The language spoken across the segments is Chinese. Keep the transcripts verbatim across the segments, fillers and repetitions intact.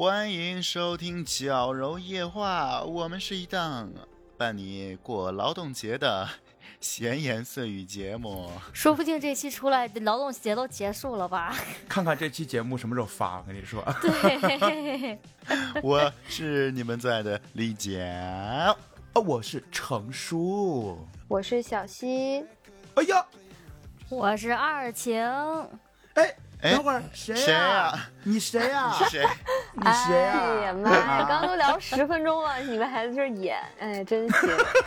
欢迎收听矫揉夜话，我们是一档伴你过劳动节的闲言碎语节目。 说不定这期出来劳动节都结束了吧？ 看看这期节目什么时候发，我跟你说。 对， 我是你们最爱的李姐， 哦，我是程叔， 我是小溪。 哎呀， 我是二晴。 哎。 哎， 等会儿谁呀、 谁呀？ 你谁呀？ 是谁？ 你谁呀、 哎呀妈呀！刚刚都聊十分钟了，你们还在这儿演，哎，真行。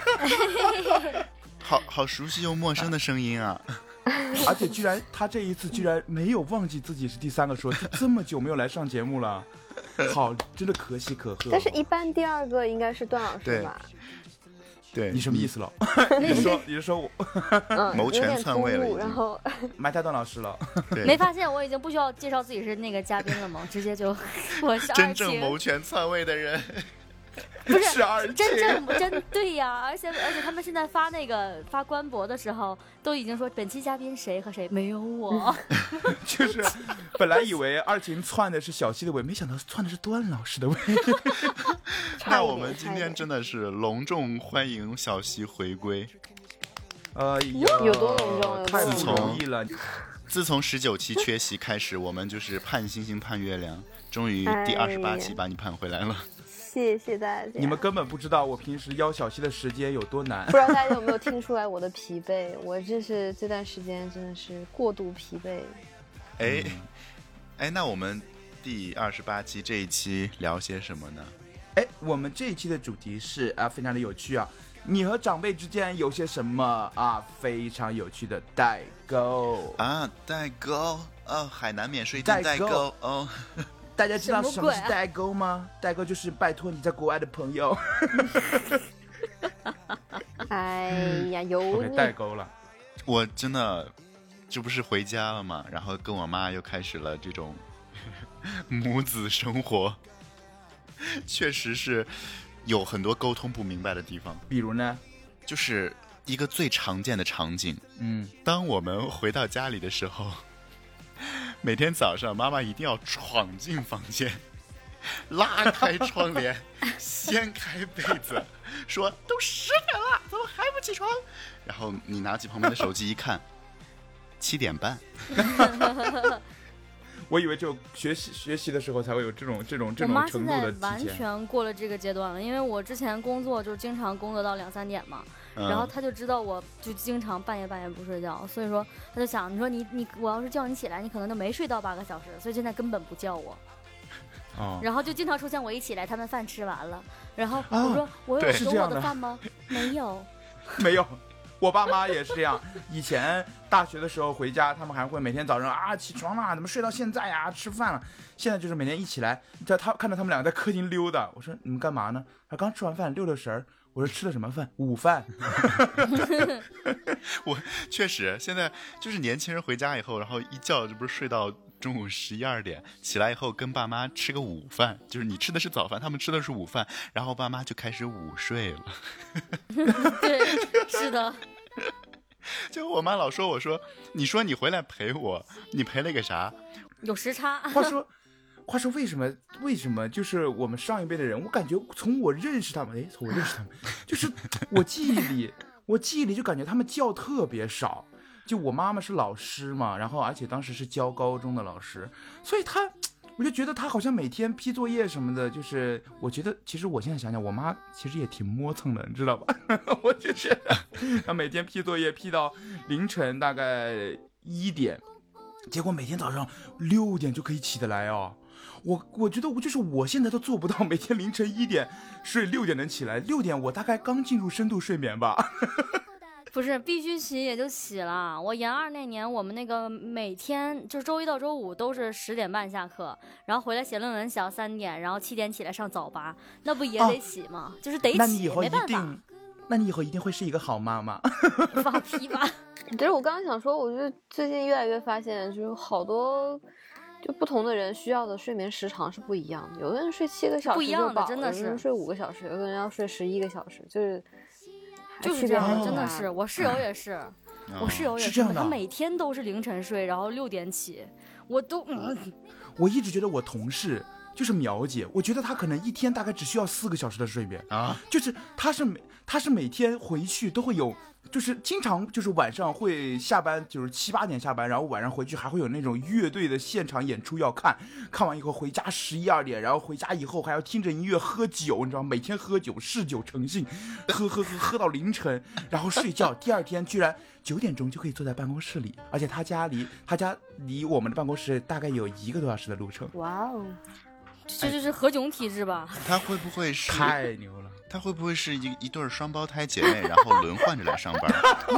好好熟悉又陌生的声音啊！ 而且居然他这一次居然没有忘记自己是第三个说，就这么久没有来上节目了，好，真的可喜可贺。 但是，一般第二个应该是段老师吧？ 对， 你什么意思了？你是说你是说我嗯， 谋权篡位了已经， 然后埋汰段老师了？ 没发现我已经不需要介绍自己是那个嘉宾了吗？直接就我是二晴。 真正谋权篡位的人。 不是, 是二晴真正真对呀，而且而且他们现在发那个发官博的时候，都已经说本期嘉宾谁和谁，没有我。 就是本来以为二晴窜的是小溪的尾，没想到窜的是段老师的尾。 那我们今天真的是隆重欢迎小溪回归。 呃， 有多隆重？ 太不容易了。 自从十九期缺席开始，我们就是盼星星盼月亮，终于第二十八期把你盼回来了。 谢谢大家。 你们根本不知道我平时邀小溪的时间有多难。 不知道大家有没有听出来我的疲惫？我这是这段时间真的是过度疲惫。 哎，哎，那我们第二十八期这一期聊些什么呢？ 哎，我们这一期的主题是啊，非常的有趣啊。你和长辈之间有些什么啊非常有趣的代沟啊？代沟哦，海南免税店代沟哦。 大家知道什么是代沟吗？代沟就是拜托你在国外的朋友。 哎呀，有你代沟了。 我真的这不是回家了嘛，然后跟我妈又开始了这种母子生活，确实是有很多沟通不明白的地方。 比如呢， 就是一个最常见的场景， 嗯， 当我们回到家里的时候，每天早上妈妈一定要闯进房间，拉开窗帘，掀开被子，说都十点了，怎么还不起床？然后你拿起旁边的手机一看，七点半。 我以为只有学习学习的时候才会有这种这种这种程度的体检。 我妈现在完全过了这个阶段了，因为我之前工作就经常工作到两三点嘛，嗯、然后她就知道我就经常半夜半夜不睡觉，所以说她就想，你说你你我要是叫你起来，你可能都没睡到八个小时，所以现在根本不叫我。 哦、 然后就经常出现我一起来，他们饭吃完了，然后我说、哦、我有收我的饭吗？没有， 没有。我爸妈也是这样，以前大学的时候回家，他们还会每天早上啊起床了，怎么睡到现在呀、啊？吃饭了。现在就是每天一起来，在他看到他们两个在客厅溜达，我说你们干嘛呢？他刚吃完饭溜溜神儿。我说吃的什么饭？午饭。 我确实现在就是年轻人回家以后，然后一觉这不是睡到中午十一二点，起来以后跟爸妈吃个午饭，就是你吃的是早饭，他们吃的是午饭，然后爸妈就开始午睡了。 对，是的。 就我妈老说我说，你说你回来陪我，你陪了个啥？ 有时差。 话说。话说为什么为什么就是我们上一辈的人，我感觉从我认识他们，哎，从我认识他们，就是我记忆里，我记忆里就感觉他们觉特别少。就我妈妈是老师嘛，然后而且当时是教高中的老师，所以她，我就觉得她好像每天批作业什么的，就是我觉得其实我现在想想，我妈其实也挺磨蹭的，你知道吧？我就觉得她每天批作业批到凌晨大概一点，结果每天早上六点就可以起得来哦。我我觉得我就是我现在都做不到，每天凌晨一点睡，六点能起来。六点我大概刚进入深度睡眠吧。 不是必须起也就起了。我研二那年，我们那个每天就周一到周五都是十点半下课，然后回来写论文写到三点，然后七点起来上早八，那不也得起吗？哦、就是得起， 那你以后一没办定法。 那你以后一定会是一个好妈妈。 放屁吧！ 其实我刚刚想说，我就最近越来越发现，就是好多。就不同的人需要的睡眠时长是不一样的，有的人睡七个小时就饱， 真的是有的人睡五个小时，有的人要睡十一个小时，就是就是这样，真的是。我室友也是， 哦、 我室友也是， 他每天都是凌晨睡，然后六点起，我都嗯。 我一直觉得我同事就是苗姐，我觉得她可能一天大概只需要四个小时的睡眠啊， 就是她是每她是每天回去都会有，就是经常就是晚上会下班，就是七八点下班，然后晚上回去还会有那种乐队的现场演出要看，看完以后回家十一二点，然后回家以后还要听着音乐喝酒，你知道吗？每天喝酒嗜酒成性，喝喝喝喝到凌晨，然后睡觉，第二天居然九点钟就可以坐在办公室里，而且他家离他家离我们的办公室大概有一个多小时的路程。 哇哦， 这就是何炅体质吧？ 他会不会是太牛了？ 他会不会是一一对双胞胎姐妹，然后轮换着来上班？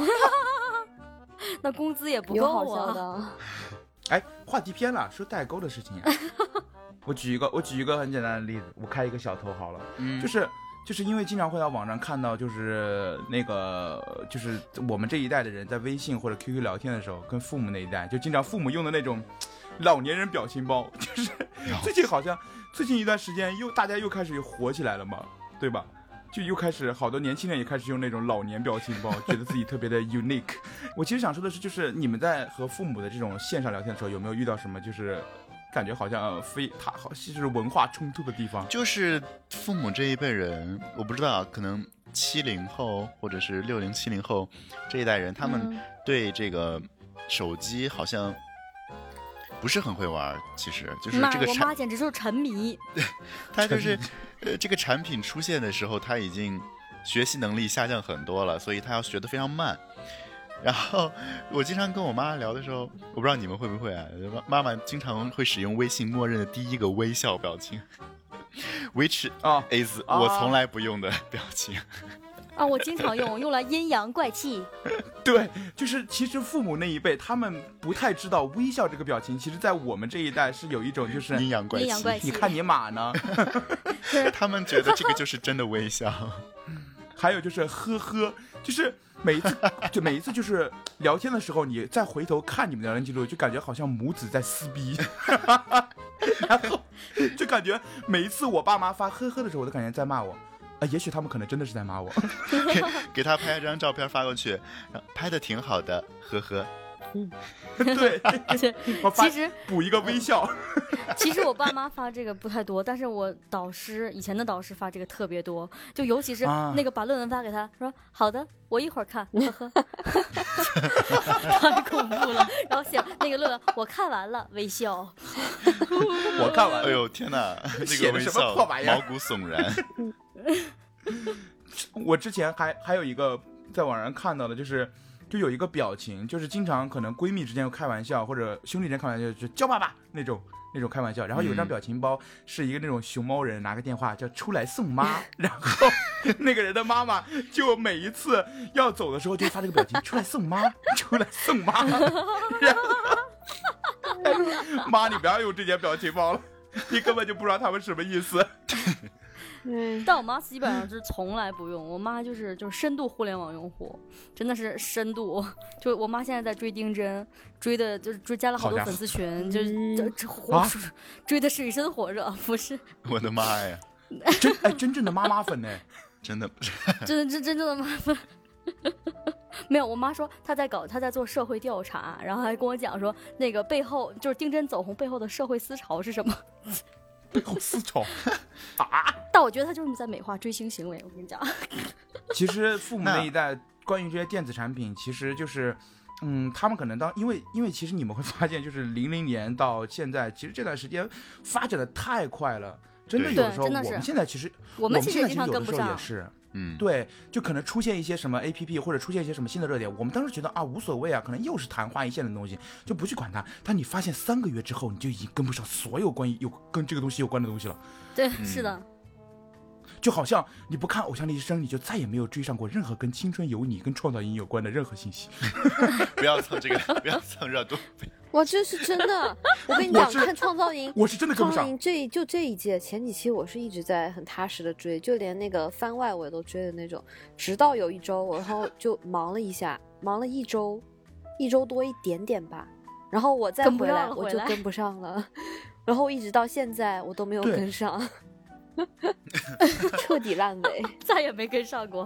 那工资也不有好够啊！ 笑的。 哎，话题偏了，说代沟的事情啊。我举一个，我举一个很简单的例子，我开一个小头好了， 嗯， 就是就是因为经常会在网上看到，就是那个就是我们这一代的人在微信或者 Q Q 聊天的时候，跟父母那一代就经常父母用的那种老年人表情包，就是最近好像最近一段时间又大家又开始火起来了嘛，对吧？就又开始好多年轻人也开始用那种老年表情包，觉得自己特别的 unique。我其实想说的是，就是你们在和父母的这种线上聊天的时候，有没有遇到什么就是感觉好像非他好就是文化冲突的地方？ 就是父母这一辈人，我不知道，可能七零后或者是六零七零后这一代人，他们对这个手机好像不是很会玩，其实就是这个我产妈简直就是沉迷。 他就是呃这个产品出现的时候，他已经学习能力下降很多了，所以他要学得非常慢。然后我经常跟我妈聊的时候，我不知道你们会不会啊，妈妈经常会使用微信默认的第一个微笑表情，which is、 啊、 我从来不用的表情。 啊，我经常用，用来阴阳怪气。 对，就是其实父母那一辈，他们不太知道微笑这个表情，其实在我们这一代是有一种就是阴阳怪气。 阴阳怪气你看你妈呢？ 他们觉得这个就是真的微笑。 还有就是呵呵，就是每一次就每一次就是聊天的时候，你再回头看你们的聊天记录，就感觉好像母子在撕逼。然后就感觉每一次我爸妈发呵呵的时候，我都感觉在骂我。啊，也许他们可能真的是在骂我。 给, 给他拍一张照片发过去，拍的挺好的，呵呵。 嗯，对，我其实补一个微笑。 其实我爸妈发这个不太多，但是我导师以前的导师发这个特别多，就尤其是那个把论文发给他，说好的，我一会儿看，呵呵。太恐怖了。然后写那个论文，我看完了，微笑。 我看完了， 哎呦天哪，那个微笑毛骨悚然。 我之前还还有一个在网上看到的，就是就有一个表情，就是经常可能闺蜜之间开玩笑，或者兄弟之间开玩笑，就叫爸爸那种那种开玩笑。然后有一张表情包是一个那种熊猫人拿个电话叫出来送妈，然后那个人的妈妈就每一次要走的时候就发这个表情，出来送妈，出来送妈。然后妈，你不要用这些表情包了，你根本就不知道他们什么意思。 嗯，但我妈基本上就是从来不用，我妈就是就是深度互联网用户，真的是深度。就我妈现在在追丁真，追的就是追加了好多粉丝群，就是这火、啊、追的是一身火热，不是？ 我的妈呀！ 真哎，真正的妈妈粉呢？ 真的， 真真真正的妈粉。没有，我妈说她在搞，她在做社会调查，然后还跟我讲说那个背后就是丁真走红背后的社会思潮是什么。 背后思潮啊！ 但我觉得他就是在美化追星行为。我跟你讲， 其实父母那一代关于这些电子产品，其实就是，嗯，他们可能当因为因为其实你们会发现，就是零零年到现在，其实这段时间发展的太快了，真的有的时候我们现在其实我们现在经常跟不上， 也是。 嗯， 对，就可能出现一些什么 A P P 或者出现一些什么新的热点，我们当时觉得啊无所谓啊，可能又是昙花一现的东西，就不去管它。但你发现三个月之后，你就已经跟不上所有关于有跟这个东西有关的东西了。 对， 嗯、 是的。 就好像你不看偶像的一生，你就再也没有追上过任何跟青春有你、跟创造营有关的任何信息。 不要蹭这个，不要蹭热度。 哇，这是真的！我跟你讲，看创造营， 我是真的跟不上。 创造营这就这一届前几期，我是一直在很踏实的追，就连那个番外我也都追的那种。直到有一周，然后就忙了一下，忙了一周，一周多一点点吧。然后我再回来，我就跟不上了。然后一直到现在，我都没有跟上。彻底烂尾， 再也没跟上过。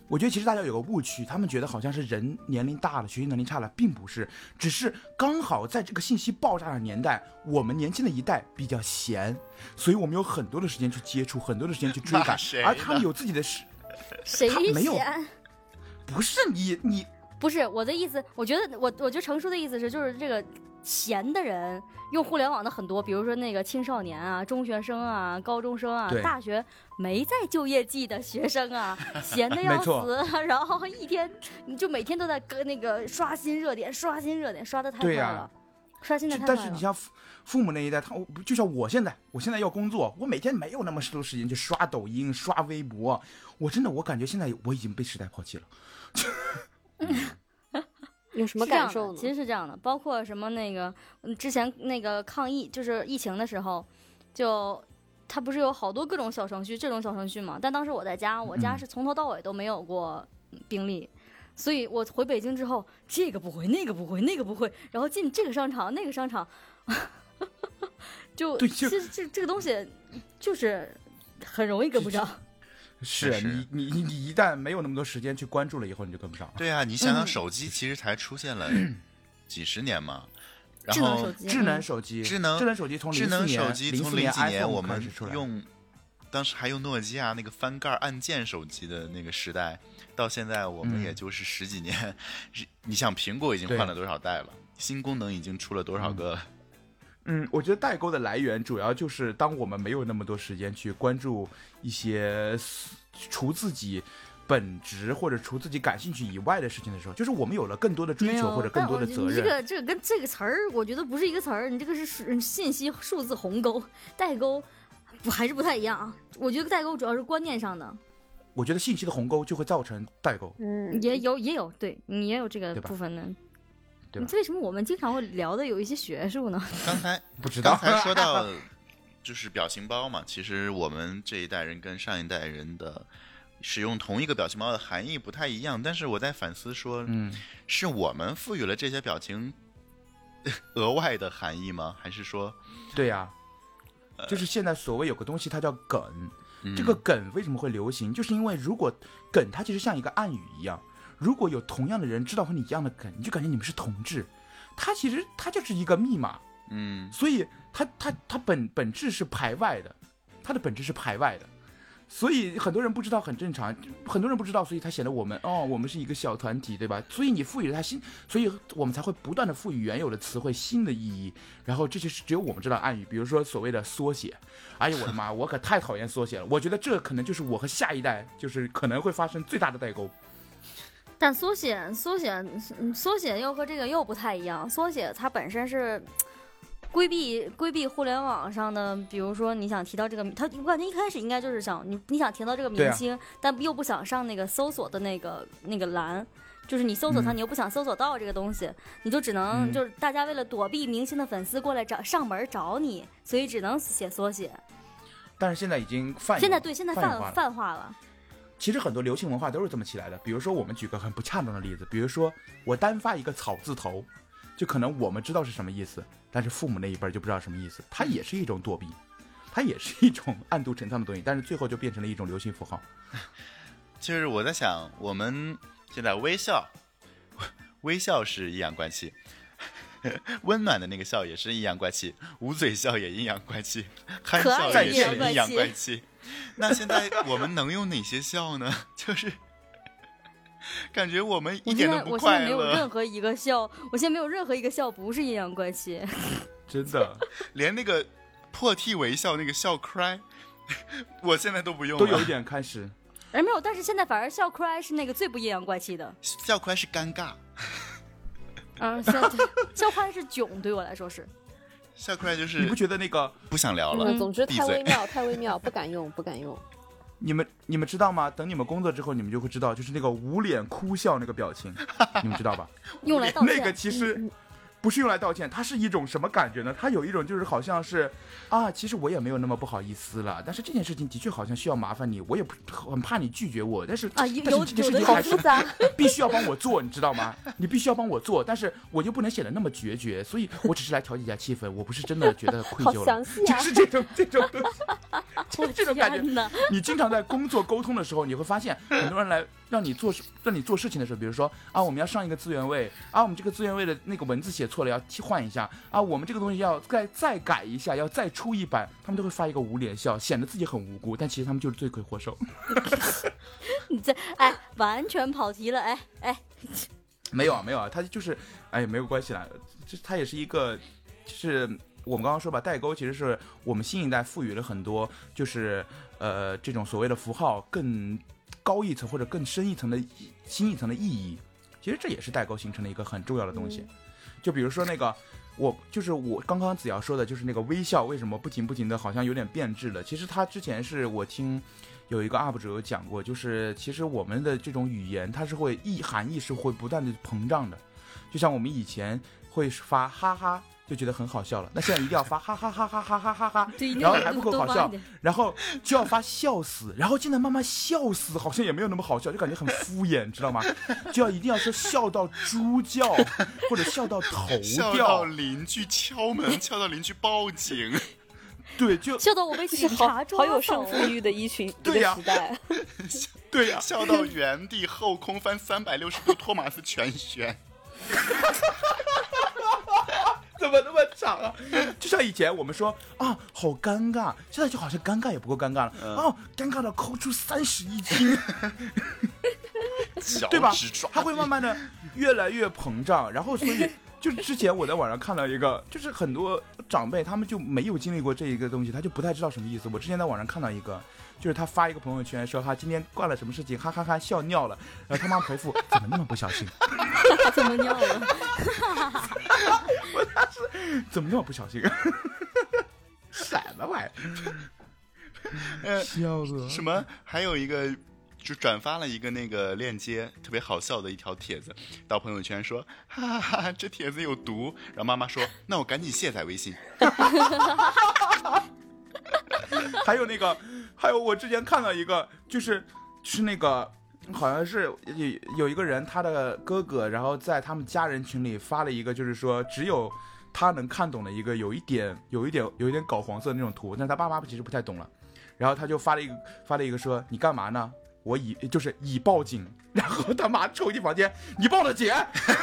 我觉得其实大家有个误区，他们觉得好像是人年龄大了，学习能力差了，并不是，只是刚好在这个信息爆炸的年代，我们年轻的一代比较闲，所以我们有很多的时间去接触，很多的时间去追赶，而他们有自己的事。 谁没有闲？ 不是你你不是我的意思，我觉得我我觉得成叔的意思是，就是这个闲的人用互联网的很多，比如说那个青少年啊、中学生啊、高中生啊、大学没在就业季的学生啊，闲的要死，然后一天你就每天都在跟那个刷新热点、刷新热点，刷的太快了，啊、刷新的太快了。 但是你像父父母那一代，他就像我现在，我现在要工作，我每天没有那么多时间去刷抖音、刷微博，我真的我感觉现在我已经被时代抛弃了。 有什么感受呢？ 其实是这样的，包括什么那个之前那个抗疫，就是疫情的时候，就它不是有好多各种小程序，这种小程序嘛？但当时我在家，我家是从头到尾都没有过病例，嗯、所以我回北京之后，这个不会，那个不会，那个不会，然后进这个商场，那个商场，就其实这这个东西就是很容易跟不上。 是你你你你一旦没有那么多时间去关注了以后，你就跟不上。 对啊，你想想，手机其实才出现了几十年嘛，然后智能手机， 智能智能手机从智能手机从零几年我们出来用，当时还用诺基亚那个翻盖按键手机的那个时代，到现在我们也就是十几年。嗯、你想，苹果已经换了多少代了？新功能已经出了多少个？ 嗯，我觉得代沟的来源主要就是当我们没有那么多时间去关注一些除自己本职或者除自己感兴趣以外的事情的时候，就是我们有了更多的追求或者更多的责任。 这个这个跟这个词儿，我觉得不是一个词儿，你这个是信息数字鸿沟，代沟不还是不太一样啊。我觉得代沟主要是观念上的。 我觉得信息的鸿沟就会造成代沟。 嗯，也有也有，对你也有这个部分的。对，为什么我们经常会聊的有一些学术呢？ 刚才不知道， 刚才说到就是表情包嘛，其实我们这一代人跟上一代人的使用同一个表情包的含义不太一样，但是我在反思说，嗯，是我们赋予了这些表情额外的含义吗？还是说， 对呀、啊，就是现在所谓有个东西它叫梗，嗯、这个梗为什么会流行？就是因为如果梗它其实像一个暗语一样。如果有同样的人知道和你一样的梗，你就感觉你们是同志，它其实它就是一个密码， 嗯， 所以它它它本本质是排外的，它的本质是排外的，所以很多人不知道很正常，很多人不知道，所以它显得我们哦，我们是一个小团体，对吧？所以你赋予了它新，所以我们才会不断的赋予原有的词汇新的意义，然后这就是只有我们知道暗语，比如说所谓的缩写，哎呦我的妈，我可太讨厌缩写了，我觉得这可能就是我和下一代就是可能会发生最大的代沟。 但缩写缩写缩写又和这个又不太一样，缩写它本身是规避规避互联网上的，比如说你想提到这个，他我感觉一开始应该就是想你你想提到这个明星、啊，但又不想上那个搜索的那个那个栏，就是你搜索它，你又不想搜索到这个东西，嗯、你就只能就是大家为了躲避明星的粉丝过来找上门找你，所以只能写缩写。 但是现在已经泛现在对现在泛泛泛化了。 其实很多流行文化都是这么起来的，比如说我们举个很不恰当的例子，比如说我单发一个草字头，就可能我们知道是什么意思，但是父母那一辈就不知道什么意思，它也是一种躲避，它也是一种暗度陈仓的东西，但是最后就变成了一种流行符号。 就是我在想，我们现在微笑，微笑是阴阳怪气，温暖的那个笑也是阴阳怪气，捂嘴笑也阴阳怪气，憨笑也是阴阳怪气。那现在我们能用哪些笑呢？就是感觉我们一点都不快乐。 我现在没有任何一个笑，我现在没有任何一个笑不是阴阳怪气。 真的， 连那个破涕为笑那个笑 cry， 我现在都不用了， 都有一点开始。 哎，没有，但是现在反而笑 cry 是那个最不阴阳怪气的。 笑 cry 是尴尬。 嗯，笑笑 cry 是囧，对我来说是。 笑 cry 就是你不觉得那个不想聊了、 嗯、总之太微妙太微妙，不敢用不敢用。 你们你们知道吗？等你们工作之后你们就会知道，就是那个捂脸哭笑那个表情你们知道吧？ 用来道歉。 那个其实不是用来道歉，它是一种什么感觉呢？它有一种就是好像是啊，其实我也没有那么不好意思了，但是这件事情的确好像需要麻烦你，我也不很怕你拒绝我，但是啊，有但是这件事情好复杂， 必须要帮我做，你知道吗？你必须要帮我做，但是我又不能显得那么决绝，所以我只是来调节一下气氛，我不是真的觉得愧疚了。 好详细啊！ 就是这种这种东西， 就这种感觉。你经常在工作沟通的时候，你会发现很多人来让你做让你做事情的时候，比如说啊，我们要上一个资源位啊，我们这个资源位的那个文字写错了，要替换一下啊，我们这个东西要再再改一下，要再出一版，他们都会发一个无脸笑，显得自己很无辜，但其实他们就是罪魁祸首。 你这哎，完全跑题了，哎哎。 没有啊，没有啊，他就是哎，没有关系啦，这他也是一个，就是我们刚刚说吧，代沟其实是我们新一代赋予了很多，就是呃这种所谓的符号更高一层或者更深一层的新一层的意义，其实这也是代沟形成的一个很重要的东西。嗯、就比如说那个，我就是我刚刚子瑶说的，就是那个微笑为什么不停不停的好像有点变质了？其实他之前是我听。有一个 U P 主有讲过，就是其实我们的这种语言，它是会意含义是会不断的膨胀的，就像我们以前会发哈哈就觉得很好笑了，那现在一定要发哈哈哈哈哈哈哈哈，然后还不够好笑，然后就要发笑死，然后现在慢慢笑死好像也没有那么好笑，就感觉很敷衍，知道吗？就要一定要说笑到猪叫，或者笑到头掉， 笑到邻居敲门，笑到邻居报警。 对，就笑到我被警察抓好有胜负欲的一群对呀、 一个时代， 对呀、啊， 笑到原地后空翻三百六十度托马斯全旋， 怎么那么长啊？就像以前我们说啊，好尴尬，现在就好像尴尬也不够尴尬了，嗯、哦，尴尬到抠出三室一厅，对吧？它会慢慢的越来越膨胀，然后所以。就是之前我在网上看到一个，就是很多长辈他们就没有经历过这一个东西，他就不太知道什么意思。我之前在网上看到一个，就是他发一个朋友圈说他今天干了什么事情，哈哈哈笑尿了，然后他妈回复怎么那么不小心， 怎么尿了？ 我当时怎么那么不小心，什么玩意儿？笑死！ 什么？还有一个。就转发了一个那个链接，特别好笑的一条帖子，到朋友圈说，哈哈哈，这帖子有毒。然后妈妈说，那我赶紧卸载微信。 还有那个，还有我之前看到一个，就是就是那个，好像是有有一个人，他的哥哥，然后在他们家人群里发了一个，就是说只有他能看懂的一个，有一点有一点有一点搞黄色的那种图，但是他爸妈其实不太懂了，然后他就发了一个发了一个说，你干嘛呢？我已就是已报警，然后他妈冲进房间，你报了警。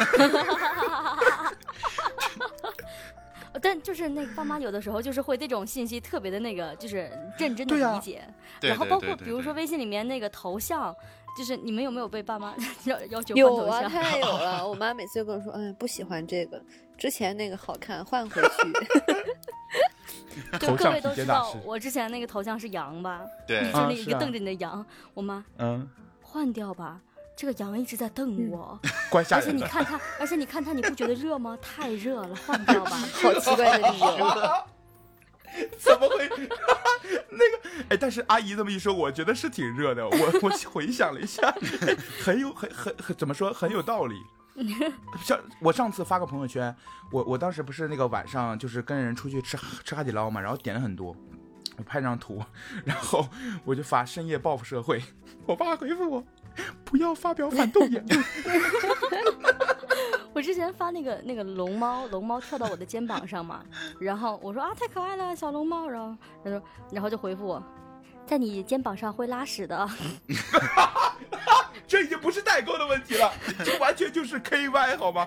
但就是那个爸妈有的时候就是会这种信息特别的那个，就是认真的理解。 啊、 然后包括比如说微信里面那个头像，就是你们有没有被爸妈要要求换头像？ 有啊，太有了！我妈每次就跟我说，哎，不喜欢这个，之前那个好看，换回去。 就各位都知道，我之前那个头像是羊吧？ 对， 就那一个瞪着你的羊。啊、我妈， 嗯， 换掉吧。这个羊一直在瞪我， 怪吓人的。 而且你看它，而且你看它，你不觉得热吗？太热了，换掉吧。 好奇怪的理由。 怎么会？那个，哎，但是阿姨这么一说，我觉得是挺热的。我我回想了一下，很有很很很怎么说，很有道理。像我上次发个朋友圈，我我当时不是那个晚上就是跟人出去吃吃海底捞嘛，然后点了很多，我拍张图，然后我就发深夜报复社会，我爸回复我不要发表反动言论。 我之前发那个那个龙猫，龙猫跳到我的肩膀上嘛，然后我说啊太可爱了小龙猫，然后然后然后就回复我，在你肩膀上会拉屎的。 这已经不是代沟的问题了，这完全就是 K Y 好吗？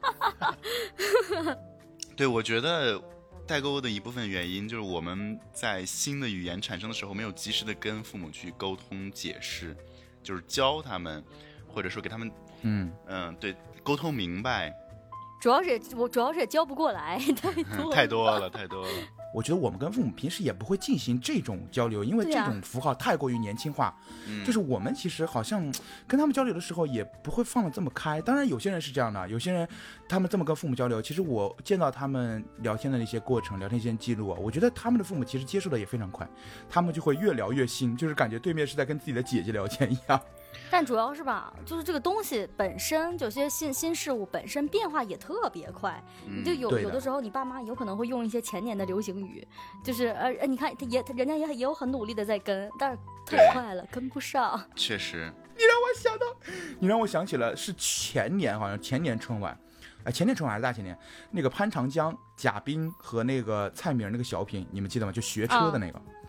对，我觉得代沟的一部分原因就是我们在新的语言产生的时候没有及时的跟父母去沟通解释，就是教他们，或者说给他们嗯嗯对沟通明白。 主要是我主要是也教不过来，太多了太多了太多了。 我觉得我们跟父母平时也不会进行这种交流，因为这种符号太过于年轻化、啊、就是我们其实好像跟他们交流的时候也不会放得这么开。当然有些人是这样的，有些人他们这么跟父母交流，其实我见到他们聊天的那些过程，聊天一些记录啊，我觉得他们的父母其实接受的也非常快，他们就会越聊越新，就是感觉对面是在跟自己的姐姐聊天一样。 但主要是吧，就是这个东西本身，有些新新事物本身变化也特别快，嗯、就有有的时候你爸妈有可能会用一些前年的流行语，就是呃呃，你看他也人家也也有很努力的在跟，但是太快了，跟不上。 确实， 你让我想到，你让我想起了是前年，好像前年春晚，哎，前年春晚还是大前年，那个潘长江、贾冰和那个蔡明那个小品，你们记得吗？就学车的那个。啊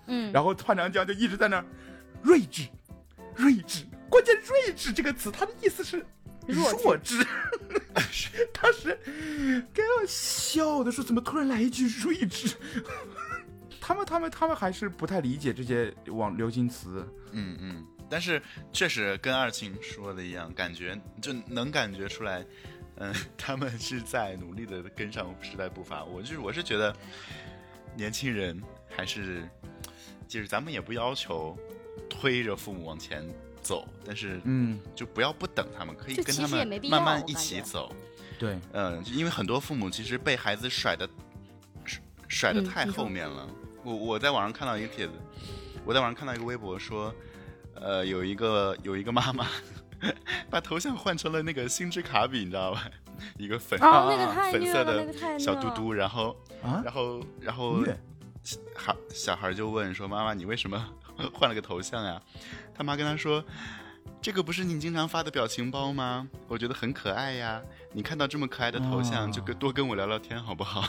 嗯， 然后团长江就一直在那儿睿智，睿智，关键睿智这个词，它的意思是弱智。当时给我笑的说，怎么突然来一句睿智？他们他们他们还是不太理解这些网流行词。 嗯嗯，但是确实跟二庆说的一样，感觉就能感觉出来，嗯，他们是在努力的跟上时代步伐。我就是我是觉得年轻人还是，就是咱们也不要求推着父母往前走，但是嗯， 就不要不等他们，可以就跟他们其实也没必要慢慢一我感觉起走。 对， 嗯，因为很多父母其实被孩子甩的甩甩的太嗯你说后面了。我我在网上看到一个帖子，我在网上看到一个微博说，呃，有一个有一个妈妈把头像换成了那个星之卡比，你知道吧？一个粉、 哦，那个太虐了， 粉色的那个太虐了。 小嘟嘟，然后、 啊然后然后虐孩小孩就问说：“妈妈，你为什么换了个头像呀？”他妈跟他说：“这个不是你经常发的表情包吗？我觉得很可爱呀。你看到这么可爱的头像， 哦就跟多跟我聊聊天好不好？”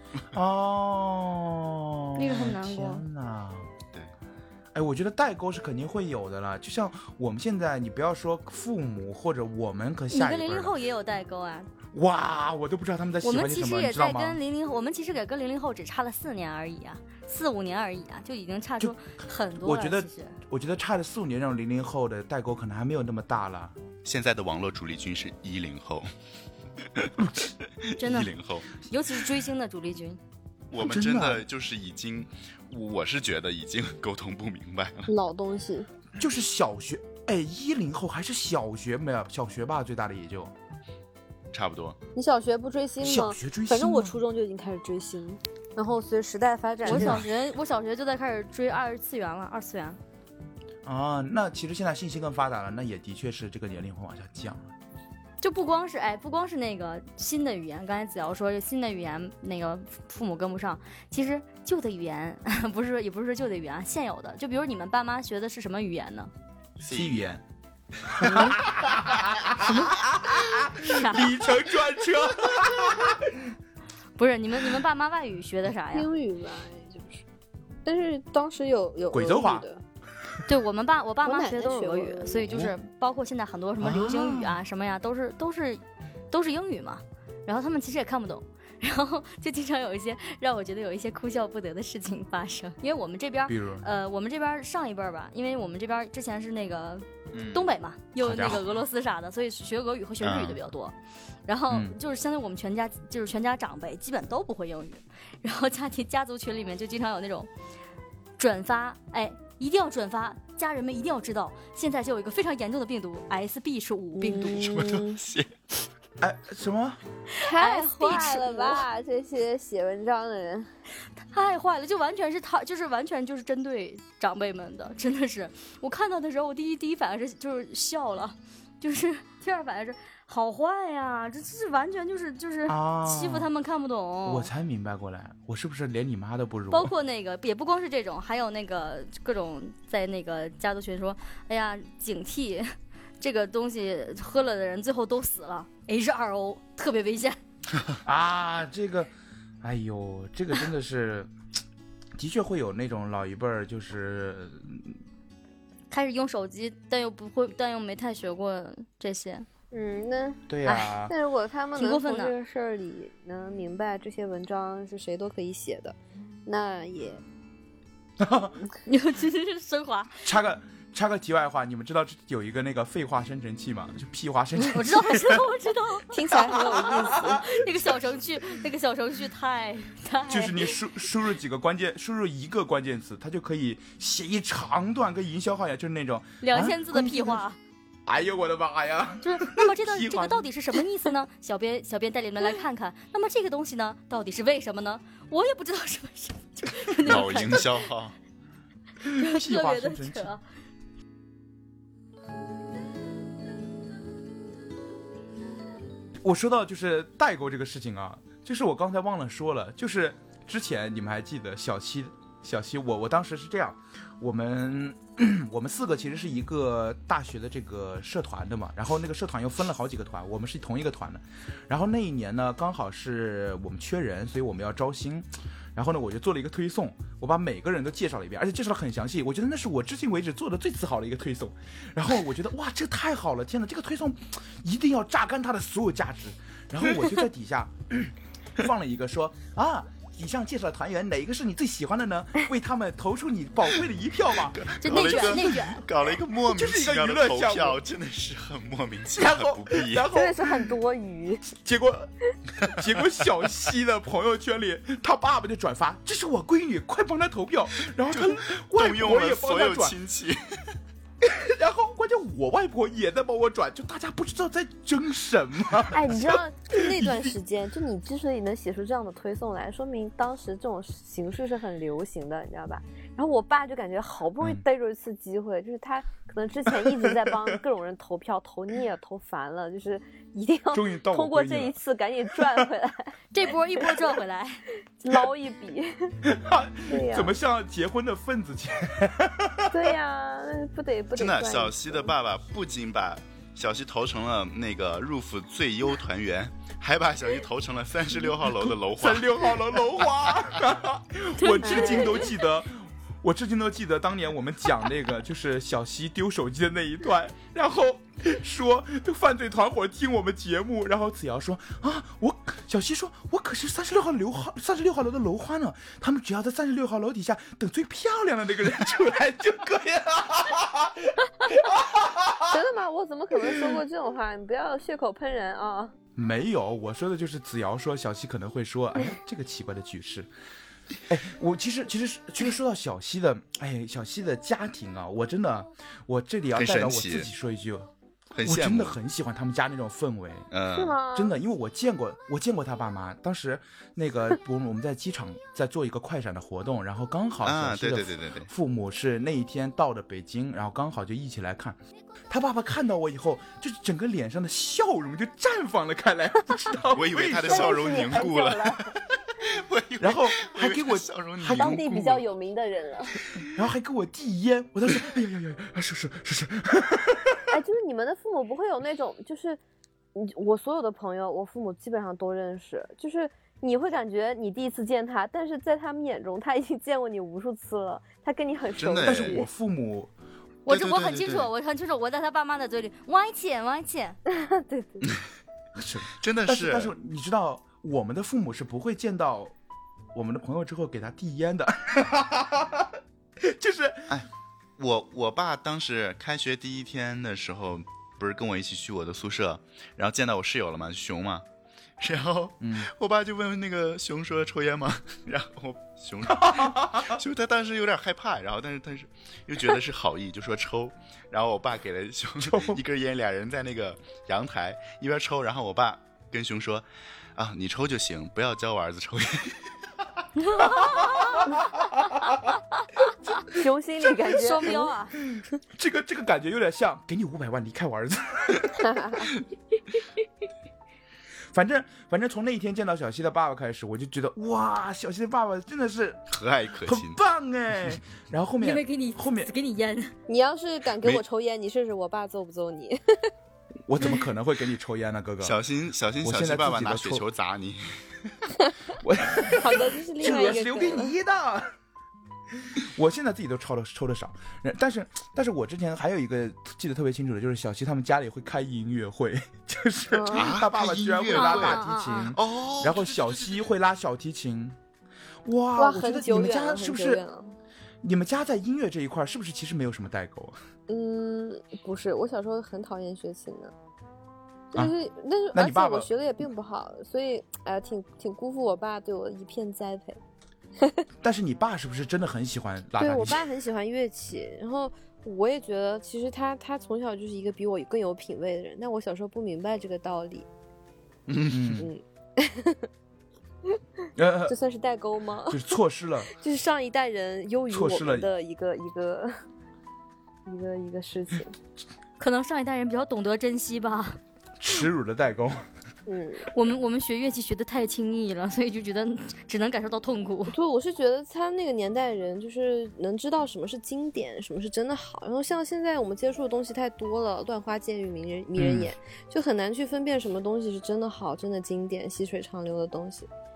哦， 那个很难过天哪！ 对， 哎，我觉得代沟是肯定会有的了。就像我们现在，你不要说父母或者我们和你跟零下一辈了， 零后也有代沟啊。 哇，我都不知道他们在喜我欢些什么， 们其实也你知道吗？ 在跟零零，我们其实也跟零零后只差了四年而已啊，四五年而已啊，就已经差出很多了。 我觉得其实我觉得差了四五年，这种零零后的代沟可能还没有那么大了。 现在的网络主力军是一零后， 真的一零后， 尤其是追星的主力军。 我们真的就是已经，我是觉得已经沟通不明白了。 老东西。 就是小学，哎，一零后还是小学没有小学吧，最大的也就差不多。 你小学不追星吗？ 小学追星吗反正我初中就已经开始追星，然后随着时代发展， 我真的小学我小学就在开始追二次元了，二次元。 啊。那其实现在信息更发达了，那也的确是这个年龄会往下降了。 就不光是哎，不光是那个新的语言，刚才子瑶说新的语言那个父母跟不上，其实旧的语言不是说也不是说旧的语言啊，现有的，就比如你们爸妈学的是什么语言呢？ C 语言， 啥？ 里程专车。 不是你们你们爸妈外语学的啥呀？ 英语吧，也就是，但是当时有有贵州话俄语的， 对我们爸我爸我奶奶妈学的都是俄语， 学俄语所以就是包括现在很多什么流行语啊什么呀，都是都是都是英语嘛。然后他们其实也看不懂，然后就经常有一些让我觉得有一些哭笑不得的事情发生。因为我们这边比如呃我们这边上一辈儿吧，因为我们这边之前是那个嗯， 东北嘛，又好家伙那个俄罗斯啥的，所以学俄语和学日语的比较多。然后嗯就是相当于我们全家就是全家长辈基本都不会英语，然后家庭家族群里面就经常有那种转发，哎，一定要转发，家人们一定要知道，现在就有一个非常严重的病毒 S B 是五病毒， 什么东西？ 哎什么？ 太 S B 坏了是吧！这些写文章的人， 太坏了，就完全是他，就是完全就是针对长辈们的，真的是。我看到的时候，我第一第一反应是就是笑了，就是第二反应是好坏呀，这这是完全就是就是啊欺负他们看不懂。 我才明白过来，我是不是连你妈都不如？ 包括那个也不光是这种，还有那个各种在那个家族群说，哎呀，警惕。这个东西喝了的人最后都死了 ，H 二 O 特别危险。 啊，这个，哎呦，这个真的是，的确会有那种老一辈儿，就是开始用手机，但又不会，但又没太学过这些。 嗯，那对呀、 那如果他们挺过分的能从这个事儿里能明白这些文章是谁都可以写的，那也你们其实是升华， 插个插个题外话，你们知道这有一个那个废话生成器吗？就屁话生成器。 我知道，我知道，我知道。 听起来很有意思。 那个小程序，那个小程序太太就是你输输入几个关键，输入一个关键词，它就可以写一长段，跟营销号一样，就是那种两千字的屁话。 啊哎呦我的妈呀！ 就是，那么这段屁话这个到底是什么意思呢？小编小编带你们来看看。那么这个东西呢，到底是为什么呢？我也不知道是为什么，就老营销号。 屁话特别的生成器。 扯。 我说到就是代沟这个事情啊，就是我刚才忘了说了，就是之前你们还记得小七，小七我我当时是这样，我们我们四个其实是一个大学的这个社团的嘛，然后那个社团又分了好几个团，我们是同一个团的，然后那一年呢刚好是我们缺人，所以我们要招新， 然后呢，我就做了一个推送，我把每个人都介绍了一遍，而且介绍的很详细，我觉得那是我至今为止做的最自豪的一个推送。然后我觉得哇，这太好了，天哪，这个推送一定要榨干它的所有价值。然后我就在底下放了一个说啊。以上介绍的团员哪一个是你最喜欢的呢？为他们投出你宝贵的一票吧。 就内卷内卷， 搞了一个莫名其妙的投票，真的是很莫名其妙，很不必要， 真的是很多余。 结果，结果小西的朋友圈里，他爸爸就转发：“这是我闺女，快帮她投票。”然后他外婆也帮他转。然后关键我外婆也在帮我转，就大家不知道在争什么。 哎，你知道那段时间，就你之所以能写出这样的推送来，说明当时这种形式是很流行的，你知道吧？然后我爸就感觉好不容易逮住一次机会，嗯、就是他可能之前一直在帮各种人投票，投腻了，投烦了，就是一定要通过这一次赶紧赚回来， 这波一波赚回来， 捞一笔。对呀， 怎么像结婚的份子钱？ 对呀，不得不得。 真的，小西的爸爸不仅把小西投成了那个入府最优团员，还把小西投成了三十六号楼的楼花。 三十六号楼楼花，我至今都记得。我至今都记得当年我们讲那个就是小西丢手机的那一段，然后说犯罪团伙听我们节目，然后子瑶说啊，我小西说我可是三十六号楼三十六号楼的楼花呢，他们只要在三十六号楼底下等最漂亮的那个人出来就可以了。 真的吗？我怎么可能说过这种话？你不要血口喷人啊！ 没有，我说的就是子瑶说小西可能会说，哎，这个奇怪的句式。哎，我其实其实其实说到小西的，哎，小西的家庭啊，我真的，我这里要代表我自己说一句， 很我真的很喜欢他们家那种氛围， 嗯， 是吗？ 真的，因为我见过，我见过他爸妈，当时那个我我们在机场在做一个快闪的活动，然后刚好小西的父母是那一天到的北京，然后刚好就一起来看。他爸爸看到我以后，就是整个脸上的笑容就绽放了开来，不知道我以为他的笑容凝固了。 然后还给我还当地比较有名的人了， 然后还给我递烟，我当时哎呀呀呀，是是是是， 哎，就是你们的父母不会有那种，就是我所有的朋友，我父母基本上都认识，就是你会感觉你第一次见他，但是在他们眼中他已经见过你无数次了，他跟你很熟悉。 但是我父母， 我就我很清楚，我很清楚，我在他爸妈的嘴里，歪钱歪钱， 对对， 是真的是， 但是你知道。我们的父母是不会见到我们的朋友之后给他递烟的，就是哎，我我爸当时开学第一天的时候，不是跟我一起去我的宿舍，然后见到我室友了嘛，熊嘛，然后、嗯、我爸就问那个熊说抽烟吗？然后熊熊他当时有点害怕，然后但是但是又觉得是好意，就说抽，然后我爸给了熊一根烟，俩人在那个阳台一边抽，然后我爸跟熊说。啊，你抽就行，不要教我儿子抽烟。 熊心里感觉双标啊！ 这个这个感觉有点像给你五百万离开我儿子。反正反正从那一天见到小西的爸爸开始，我就觉得哇，小西的爸爸真的是和蔼可亲， 很棒哎。然后后面因为给你后面给你烟， 你要是敢给我抽烟，你试试我爸揍不揍你？ 我怎么可能会给你抽烟呢，哥哥？ 小心小心，小心爸爸拿雪球砸你。 我好的，这是另外一个。 这是留给你的。我现在自己都抽的抽的少，但是但是我之前还有一个记得特别清楚的，就是小西他们家里会开音乐会，就是他爸爸居然会拉大提琴， 哦， 然后小西会拉小提琴。哇，我觉得你们家是不是？你们家在音乐这一块是不是其实没有什么代沟？ 嗯，不是，我小时候很讨厌学琴的，但是、啊、但是而且我学的也并不好，所以哎、呃，挺挺辜负我爸对我的一片栽培。 但是你爸是不是真的很喜欢拉大提琴？ 对，我爸很喜欢乐器，然后我也觉得其实他他从小就是一个比我更有品味的人，但我小时候不明白这个道理。嗯嗯。 呃， 这算是代沟吗？ 就是错失了， 就是上一代人优于我们的一个一个一个一个事情。 可能上一代人比较懂得珍惜吧。 耻辱的代沟。 嗯， 我们我们学乐器学得太轻易了，所以就觉得只能感受到痛苦。 对，我是觉得他那个年代人就是能知道什么是经典，什么是真的好。然后像现在我们接触的东西太多了，乱花渐欲迷人迷人眼、嗯，就很难去分辨什么东西是真的好、真的经典、细水长流的东西。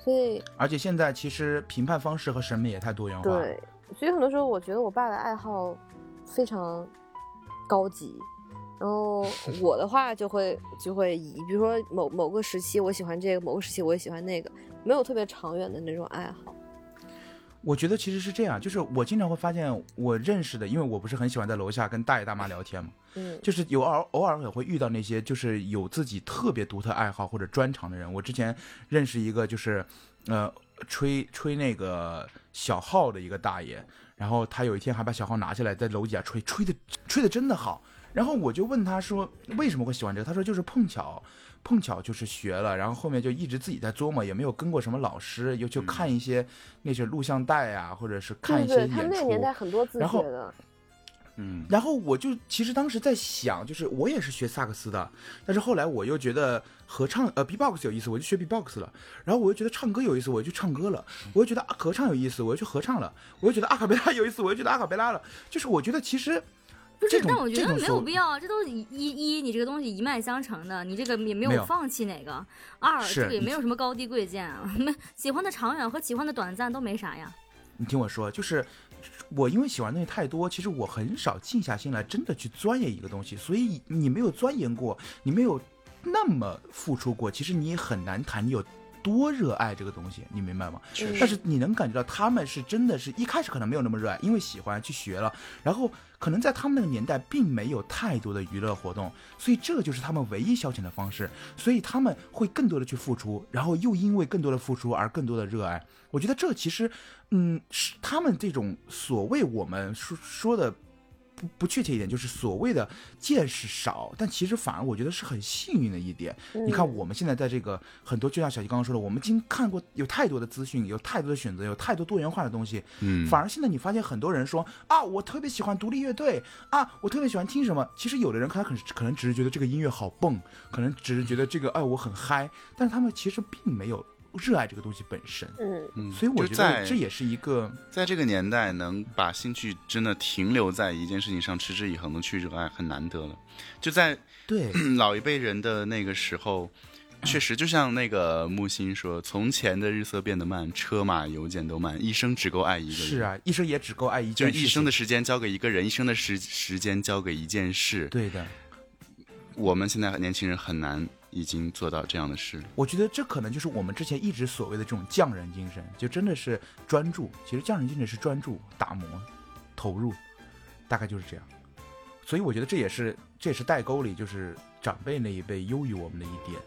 所以而且现在其实评判方式和审美也太多元化了。 对，所以很多时候我觉得我爸的爱好非常高级，然后我的话就会就会以比如说某某个时期我喜欢这个，某个时期我也喜欢那个，没有特别长远的那种爱好。 我觉得其实是这样，就是我经常会发现我认识的，因为我不是很喜欢在楼下跟大爷大妈聊天嘛， 嗯， 就是有偶偶尔也会遇到那些就是有自己特别独特爱好或者专长的人。我之前认识一个就是呃吹吹那个小号的一个大爷，然后他有一天还把小号拿下来在楼底下吹，吹的吹的真的好。然后我就问他说为什么会喜欢这个，他说就是碰巧碰巧就是学了，然后后面就一直自己在琢磨，也没有跟过什么老师，又就看一些那些录像带啊，或者是看一些演出。 对对，他们那个年代很多自学的。 嗯，然后我就其实当时在想，就是我也是学萨克斯的，但是后来我又觉得合唱呃 B-box 有意思，我就学 B-box 了。然后我又觉得唱歌有意思，我就去唱歌了。我又觉得合唱有意思，我又去合唱了。我又觉得阿卡贝拉有意思，我又觉得阿卡贝拉了。就是我觉得其实。 不是，但我觉得没有必要啊，这都是一一你这个东西一脉相承的，你这个也没有放弃哪个。二，这个也没有什么高低贵贱啊，喜欢的长远和喜欢的短暂都没啥呀。 你听我说，就是我因为喜欢的东西太多，其实我很少静下心来真的去钻研一个东西，所以你没有钻研过，你没有那么付出过，其实你也很难谈你有多热爱这个东西，你明白吗？ 是。 但是你能感觉到他们是真的是一开始可能没有那么热爱，因为喜欢去学了，然后可能在他们那个年代并没有太多的娱乐活动，所以这个就是他们唯一消遣的方式，所以他们会更多的去付出，然后又因为更多的付出而更多的热爱。我觉得这其实嗯是他们这种所谓我们说说的不不确切一点，就是所谓的见识少，但其实反而我觉得是很幸运的一点。嗯、你看我们现在在这个很多，就像小琪刚刚说的，我们已经看过有太多的资讯，有太多的选择，有太多多元化的东西。嗯，反而现在你发现很多人说啊，我特别喜欢独立乐队啊，我特别喜欢听什么。其实有的人他可能可能只是觉得这个音乐好蹦，可能只是觉得这个哎我很嗨，但是他们其实并没有热爱这个东西本身。 嗯， 所以我觉得这也是一个在这个年代能把兴趣真的停留在一件事情上持之以恒的去热爱很难得了。就在对老一辈人的那个时候，确实就像那个木心说，从前的日色变得慢，车马邮件都慢，一生只够爱一个人。 是啊，一生也只够爱一件事， 就一生的时间交给一个人，一生的时时间交给一件事。 对的， 我们现在年轻人很难已经做到这样的事。 我觉得这可能就是我们之前一直所谓的这种匠人精神，就真的是专注。其实匠人精神是专注、打磨、投入，大概就是这样。所以我觉得这也是这也是代沟里就是长辈那一辈优于我们的一点。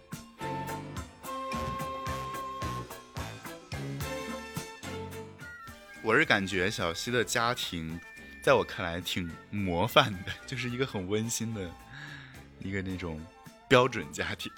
我是感觉小西的家庭在我看来挺模范的，就是一个很温馨的一个那种标准家庭。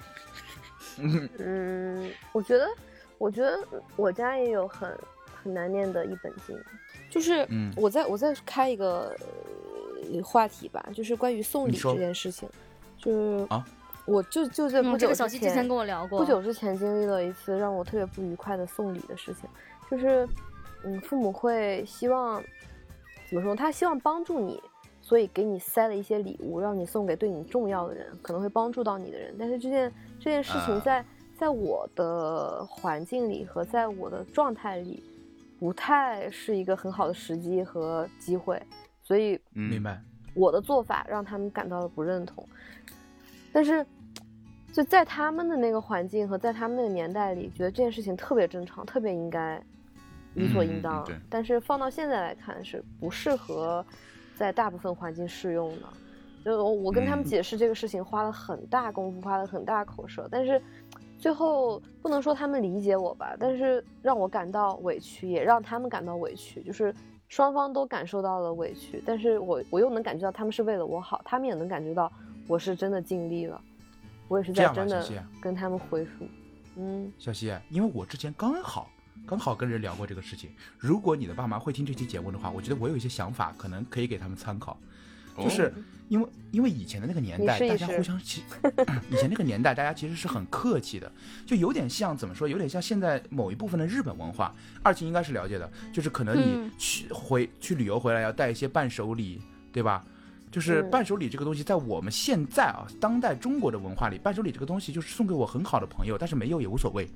嗯，我觉得我觉得我家也有很很难念的一本经，就是我在我在开一个话题吧，就是关于送礼这件事情。就是啊，我就就在不久之前、嗯、这个小西之前跟我聊过， 不久之前经历了一次让我特别不愉快的送礼的事情，就是嗯，父母会希望怎么说？他希望帮助你，所以给你塞了一些礼物，让你送给对你重要的人，可能会帮助到你的人。但是这件这件事情在、啊、在我的环境里和在我的状态里，不太是一个很好的时机和机会，所以明白我的做法让他们感到了不认同。但是就在他们的那个环境和在他们那个年代里，觉得这件事情特别正常，特别应该。理所应当、嗯、但是放到现在来看是不适合在大部分环境适用的。就我跟他们解释这个事情花了很大功夫，花了很大口舌，但是最后不能说他们理解我吧，但是让我感到委屈，也让他们感到委屈，就是双方都感受到了委屈，但是我我又能感觉到他们是为了我好，他们也能感觉到我是真的尽力了，我也是在真的跟他们回复。嗯， 小西，因为我之前刚好刚好跟人聊过这个事情，如果你的爸妈会听这期节目的话，我觉得我有一些想法可能可以给他们参考。就是因为因为以前的那个年代，大家互相其以前那个年代大家其实是很客气的，就有点像怎么说，有点像现在某一部分的日本文化。二琴应该是了解的，就是可能你去、嗯、回去旅游回来要带一些伴手礼，对吧？就是伴手礼这个东西，在我们现在啊当代中国的文化里，伴手礼这个东西就是送给我很好的朋友，但是没有也无所谓。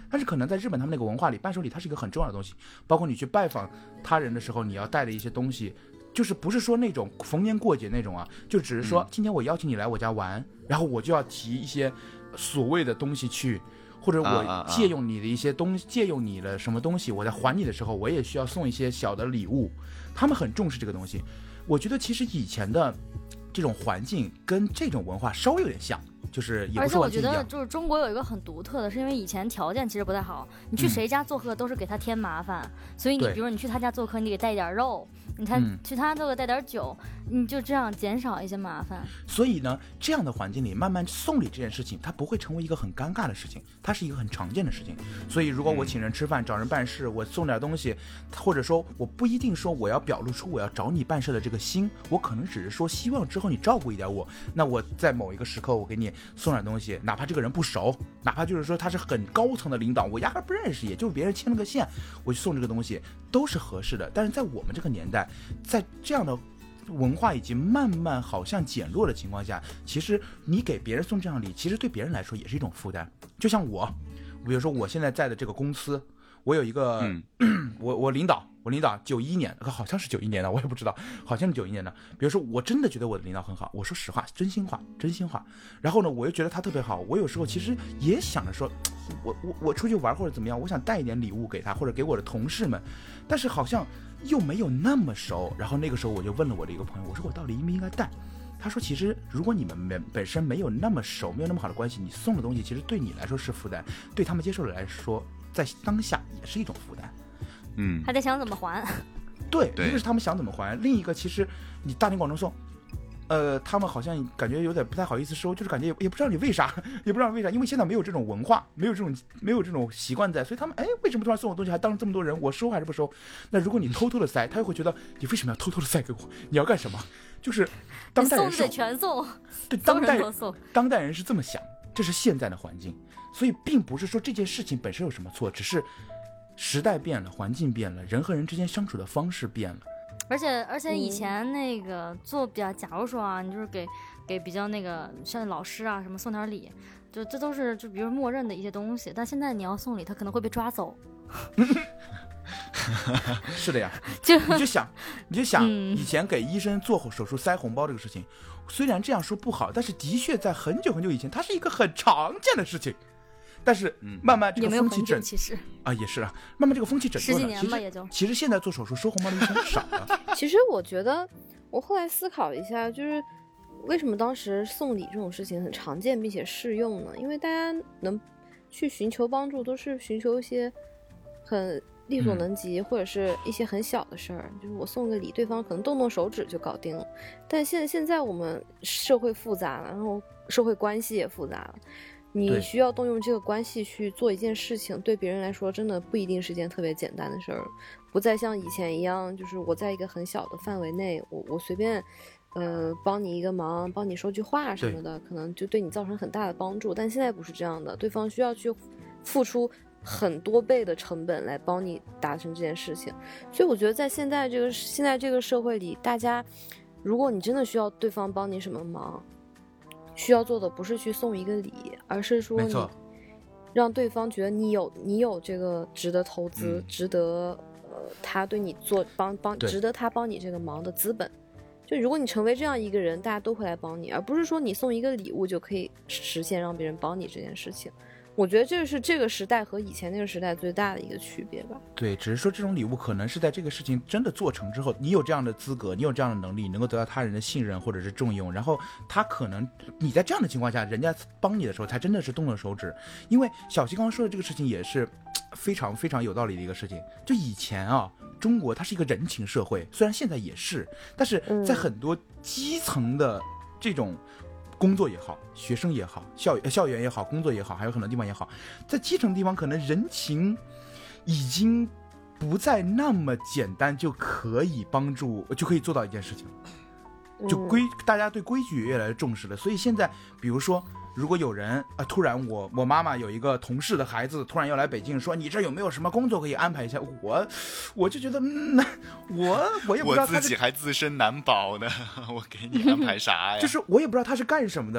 但是可能在日本他们那个文化里，伴手礼它是一个很重要的东西，包括你去拜访他人的时候，你要带的一些东西，就是不是说那种逢年过节那种啊，就只是说今天我邀请你来我家玩，然后我就要提一些所谓的东西去。或者我借用你的一些东西，借用你的什么东西，我在还你的时候，我也需要送一些小的礼物。他们很重视这个东西。我觉得其实以前的这种环境跟这种文化稍微有点像，就是也不是完全一样。 而且我觉得就是中国有一个很独特的，是因为以前条件其实不太好，你去谁家做客都是给他添麻烦，嗯、所以你比如你去他家做客，你得带一点肉。你看，去他这个带点酒，你就这样减少一些麻烦。 所以呢，这样的环境里，慢慢送礼这件事情，它不会成为一个很尴尬的事情，它是一个很常见的事情。所以，如果我请人吃饭、找人办事，我送点东西，或者说我不一定说我要表露出我要找你办事的这个心，我可能只是说希望之后你照顾一点我。那我在某一个时刻，我给你送点东西，哪怕这个人不熟，哪怕就是说他是很高层的领导，我压根不认识，也就是别人牵了个线，我去送这个东西都是合适的。但是在我们这个年代，在这样的文化已经慢慢好像减弱的情况下，其实你给别人送这样礼，其实对别人来说也是一种负担。就像我，比如说我现在在的这个公司，我有一个，嗯、我我领导，我领导九一年，好像是九一年的，我也不知道，好像是九一年的。比如说，我真的觉得我的领导很好，我说实话，真心话，真心话。然后呢，我又觉得他特别好，我有时候其实也想着说，我我我出去玩或者怎么样，我想带一点礼物给他，或者给我的同事们，但是好像又没有那么熟。然后那个时候我就问了我的一个朋友，我说我到底应不应该带？他说其实如果你们本身没有那么熟，没有那么好的关系，你送的东西其实对你来说是负担，对他们接受的来说，在当下也是一种负担。 嗯， 还得想怎么还。 对，一个是他们想怎么还，另一个其实你大庭广众送，呃，他们好像感觉有点不太好意思收，就是感觉也也不知道你为啥，也不知道为啥，因为现在没有这种文化，没有这种没有这种习惯在，所以他们哎，为什么突然送我东西还当着这么多人，我收还是不收？那如果你偷偷的塞，他又会觉得你为什么要偷偷的塞给我？你要干什么？就是当代人送得全送， 对，当代人送， 当代人是这么想，这是现在的环境，所以并不是说这件事情本身有什么错，只是时代变了，环境变了，人和人之间相处的方式变了。 而且而且以前那个做比较，假如说啊，你就是给给比较那个像老师啊什么送点礼，就这都是就比如默认的一些东西。但现在你要送礼，他可能会被抓走。 是的呀， 就你就想你就想、嗯、以前给医生做手术塞红包这个事情，虽然这样说不好，但是的确在很久很久以前，它是一个很常见的事情。但是慢慢这个风气整， 其实啊也是啊，慢慢这个风气整十几年吧，也就其实现在做手术收红包的医生少了。 其实我觉得，我后来思考一下，就是为什么当时送礼这种事情很常见并且适用呢？因为大家能去寻求帮助，都是寻求一些很力所能及、嗯、或者是一些很小的事儿，就是我送个礼，对方可能动动手指就搞定了。但现在现在我们社会复杂了，然后社会关系也复杂了。你需要动用这个关系去做一件事情，对别人来说真的不一定是一件特别简单的事儿，不再像以前一样，就是我在一个很小的范围内，我我随便呃帮你一个忙，帮你说句话什么的，可能就对你造成很大的帮助。但现在不是这样的，对方需要去付出很多倍的成本来帮你达成这件事情。所以我觉得在现在这个现在这个社会里，大家如果你真的需要对方帮你什么忙，需要做的不是去送一个礼，而是说你让对方觉得你有你有这个值得投资、嗯、值得呃他对你做帮帮值得他帮你这个忙的资本。就如果你成为这样一个人，大家都会来帮你，而不是说你送一个礼物就可以实现让别人帮你这件事情。我觉得这是这个时代和以前那个时代最大的一个区别吧。 对，只是说这种礼物可能是在这个事情真的做成之后，你有这样的资格，你有这样的能力，能够得到他人的信任或者是重用，然后他可能你在这样的情况下，人家帮你的时候才真的是动了手指。因为小七刚刚说的这个事情也是非常非常有道理的一个事情。就以前啊，中国它是一个人情社会，虽然现在也是，但是在很多基层的这种工作也好，学生也好，校校园也好，工作也好，还有很多地方也好，在基层地方可能人情已经不再那么简单就可以帮助就可以做到一件事情，就规大家对规矩也越来越重视了。所以现在比如说如果有人啊，突然我我妈妈有一个同事的孩子突然要来北京，说你这有没有什么工作可以安排一下，我我就觉得嗯，我我也不知道他我自己还自身难保呢，我给你安排啥呀？ 就是我也不知道他是干什么的，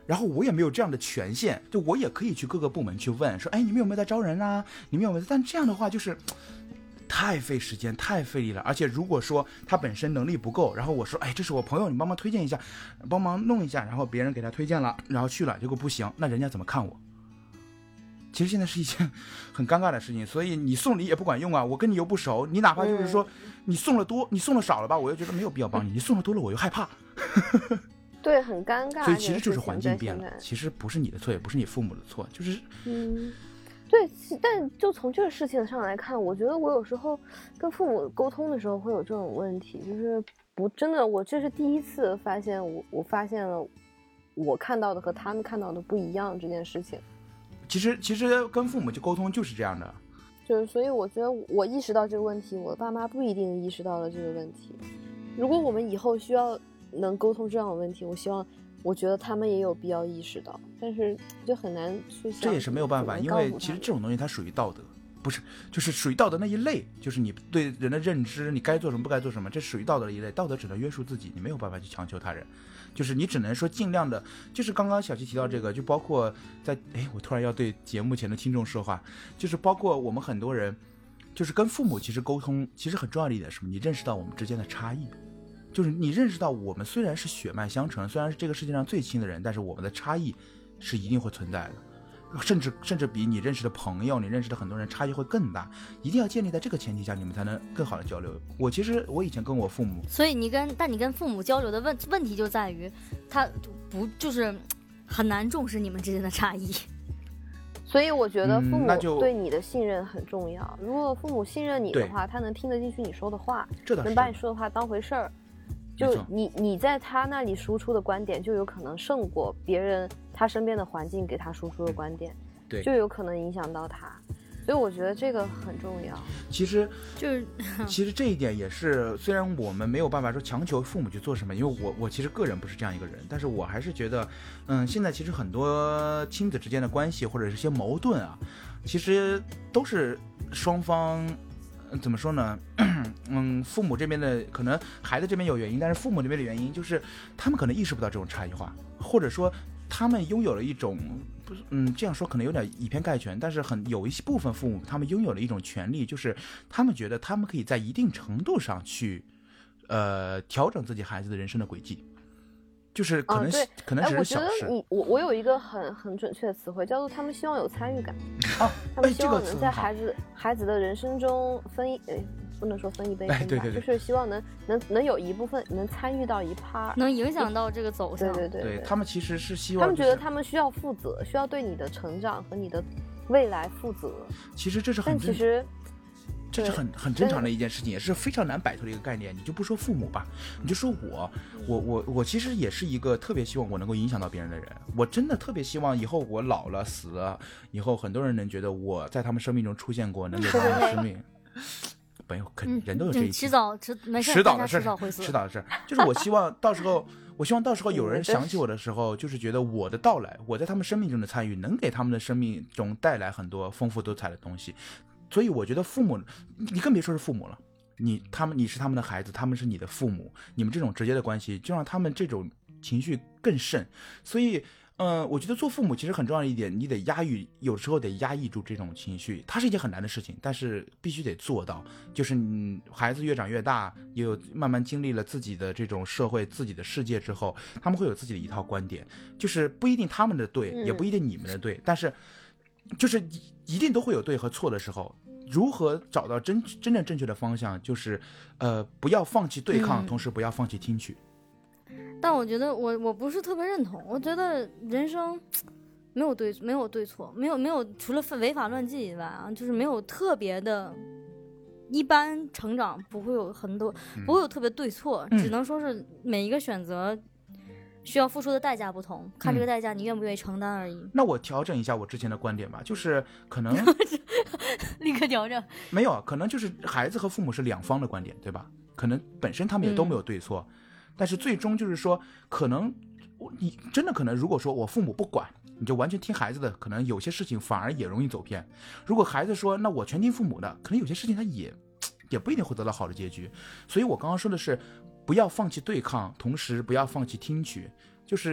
然后我也没有这样的权限，就我也可以去各个部门去问说，哎，你们有没有在招人啊？你们有没有？但这样的话就是太费时间，太费力了。而且如果说他本身能力不够，然后我说，哎，这是我朋友，你帮忙推荐一下，帮忙弄一下，然后别人给他推荐了，然后去了，结果不行，那人家怎么看我？其实现在是一件很尴尬的事情，所以你送礼也不管用啊，我跟你又不熟，你哪怕就是说你送了多，你送了少了吧，我又觉得没有必要帮你，你送了多了我又害怕。 对，很尴尬。 所以其实就是环境变了，其实不是你的错，也不是你父母的错，就是嗯，对。但就从这个事情上来看，我觉得我有时候跟父母沟通的时候会有这种问题，就是不真的，我这是第一次发现我我发现了我看到的和他们看到的不一样这件事情。 其实其实跟父母就沟通就是这样的， 就是所以我觉得我意识到这个问题，我爸妈不一定意识到了这个问题。如果我们以后需要能沟通这样的问题，我希望我觉得他们也有必要意识到，但是就很难去想。 这也是没有办法，因为其实这种东西它属于道德，不是就是属于道德那一类，就是你对人的认知，你该做什么不该做什么，这属于道德的一类。道德只能约束自己，你没有办法去强求他人，就是你只能说尽量的，就是刚刚小七提到这个，就包括在哎，我突然要对节目前的听众说话，就是包括我们很多人，就是跟父母其实沟通，其实很重要的一点是什么？你认识到我们之间的差异。就是你认识到我们虽然是血脉相承，虽然是这个世界上最亲的人，但是我们的差异是一定会存在的，甚至甚至比你认识的朋友，你认识的很多人差异会更大，一定要建立在这个前提下，你们才能更好的交流。我其实我以前跟我父母， 所以你跟但你跟父母交流的问问题就在于，他不就是很难重视你们之间的差异。 所以我觉得父母嗯、 对你的信任很重要。如果父母信任你的话，他能听得进去你说的话，能把你说的话当回事儿。就你你在他那里输出的观点，就有可能胜过别人他身边的环境给他输出的观点， 对， 就有可能影响到他。所以我觉得这个很重要。 其实就是其实这一点也是，虽然我们没有办法说强求父母去做什么，因为我我其实个人不是这样一个人，但是我还是觉得，嗯，现在其实很多亲子之间的关系或者是一些矛盾啊，其实都是双方。怎么说呢？嗯，父母这边的可能孩子这边有原因，但是父母这边的原因就是他们可能意识不到这种差异化，或者说他们拥有了一种，不是，嗯，这样说可能有点以偏概全，但是很有一些部分父母他们拥有了一种权利，就是他们觉得他们可以在一定程度上去，呃，调整自己孩子的人生的轨迹。就是可能、 哦、 可能只是小事。 我觉得你我我有一个很很准确的词汇，叫做他们希望有参与感。 啊， 他们希望能在孩子、哎、孩子的人生中分一，呃，不能说分一杯羹吧、哎， 对对对， 就是希望能能能有一部分能参与到一趴， 能影响到这个走向。 对对对, 对, 对，他们其实是希望、 就是，他们觉得他们需要负责，需要对你的成长和你的未来负责。 其实这是很但其实。 这是很很正常的一件事情，也是非常难摆脱的一个概念。你就不说父母吧，你就说我，我我我其实也是一个特别希望我能够影响到别人的人。我真的特别希望以后我老了死了以后，很多人能觉得我在他们生命中出现过，能给他们的生命。没有，肯人都有这一天。 迟早迟没事， 迟早的事， 迟早会死。 迟早的事，就是我希望到时候，我希望到时候有人想起我的时候，就是觉得我的到来，我在他们生命中的参与，能给他们的生命中带来很多丰富多彩的东西。所以我觉得父母，你更别说是父母了，你他们你是他们的孩子，他们是你的父母，你们这种直接的关系，就让他们这种情绪更甚。所以，呃，我觉得做父母其实很重要的一点，你得压抑，有时候得压抑住这种情绪，它是一件很难的事情，但是必须得做到。就是你孩子越长越大，也有慢慢经历了自己的这种社会、自己的世界之后，他们会有自己的一套观点，就是不一定他们的对，也不一定你们的对，但是就是一定都会有对和错的时候。如何找到真真正正确的方向，就是呃不要放弃对抗、嗯、同时不要放弃听取。 但我觉得我我不是特别认同，我觉得人生没有对没有对错，没有没有除了违法乱纪以外啊，就是没有特别的，一般成长不会有很多、嗯、不会有特别对错、嗯、只能说是每一个选择需要付出的代价不同，看这个代价你愿不愿意承担而已、嗯、 那我调整一下我之前的观点吧，就是可能立刻调整， 没有，可能就是孩子和父母是两方的观点，对吧？可能本身他们也都没有对错、嗯、但是最终就是说可能你真的可能如果说我父母不管，你就完全听孩子的，可能有些事情反而也容易走偏。如果孩子说那我全听父母的，可能有些事情他也也不一定会得到好的结局。所以我刚刚说的是不要放弃对抗，同时不要放弃听取，就是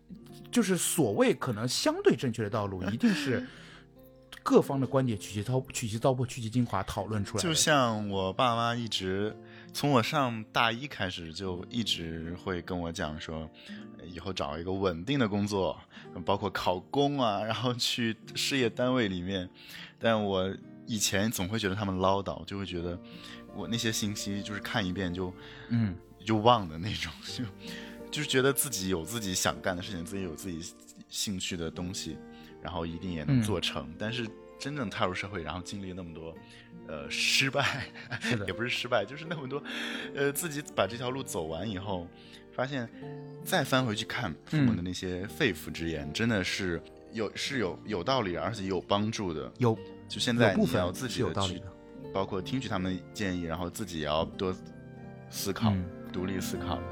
就是所谓可能相对正确的道路，一定是各方的观点取其糟取其糟粕去其精华讨论出来的。 就像我爸妈一直从我上大一开始就一直会跟我讲说，以后找一个稳定的工作，包括考公啊，然后去事业单位里面。但我以前总会觉得他们唠叨，就会觉得我那些信息就是看一遍就嗯就忘的那种，就就是觉得自己有自己想干的事情，自己有自己兴趣的东西，然后一定也能做成。嗯、但是真正踏入社会，然后经历那么多呃失败，也不是失败，就是那么多呃自己把这条路走完以后，发现再翻回去看父母的那些肺腑之言，嗯、真的是有是有有道理，而且有帮助的。 有， 就现在你要自己有道理的， 包括听取他们的建议，然后自己也要多思考，嗯、独立思考。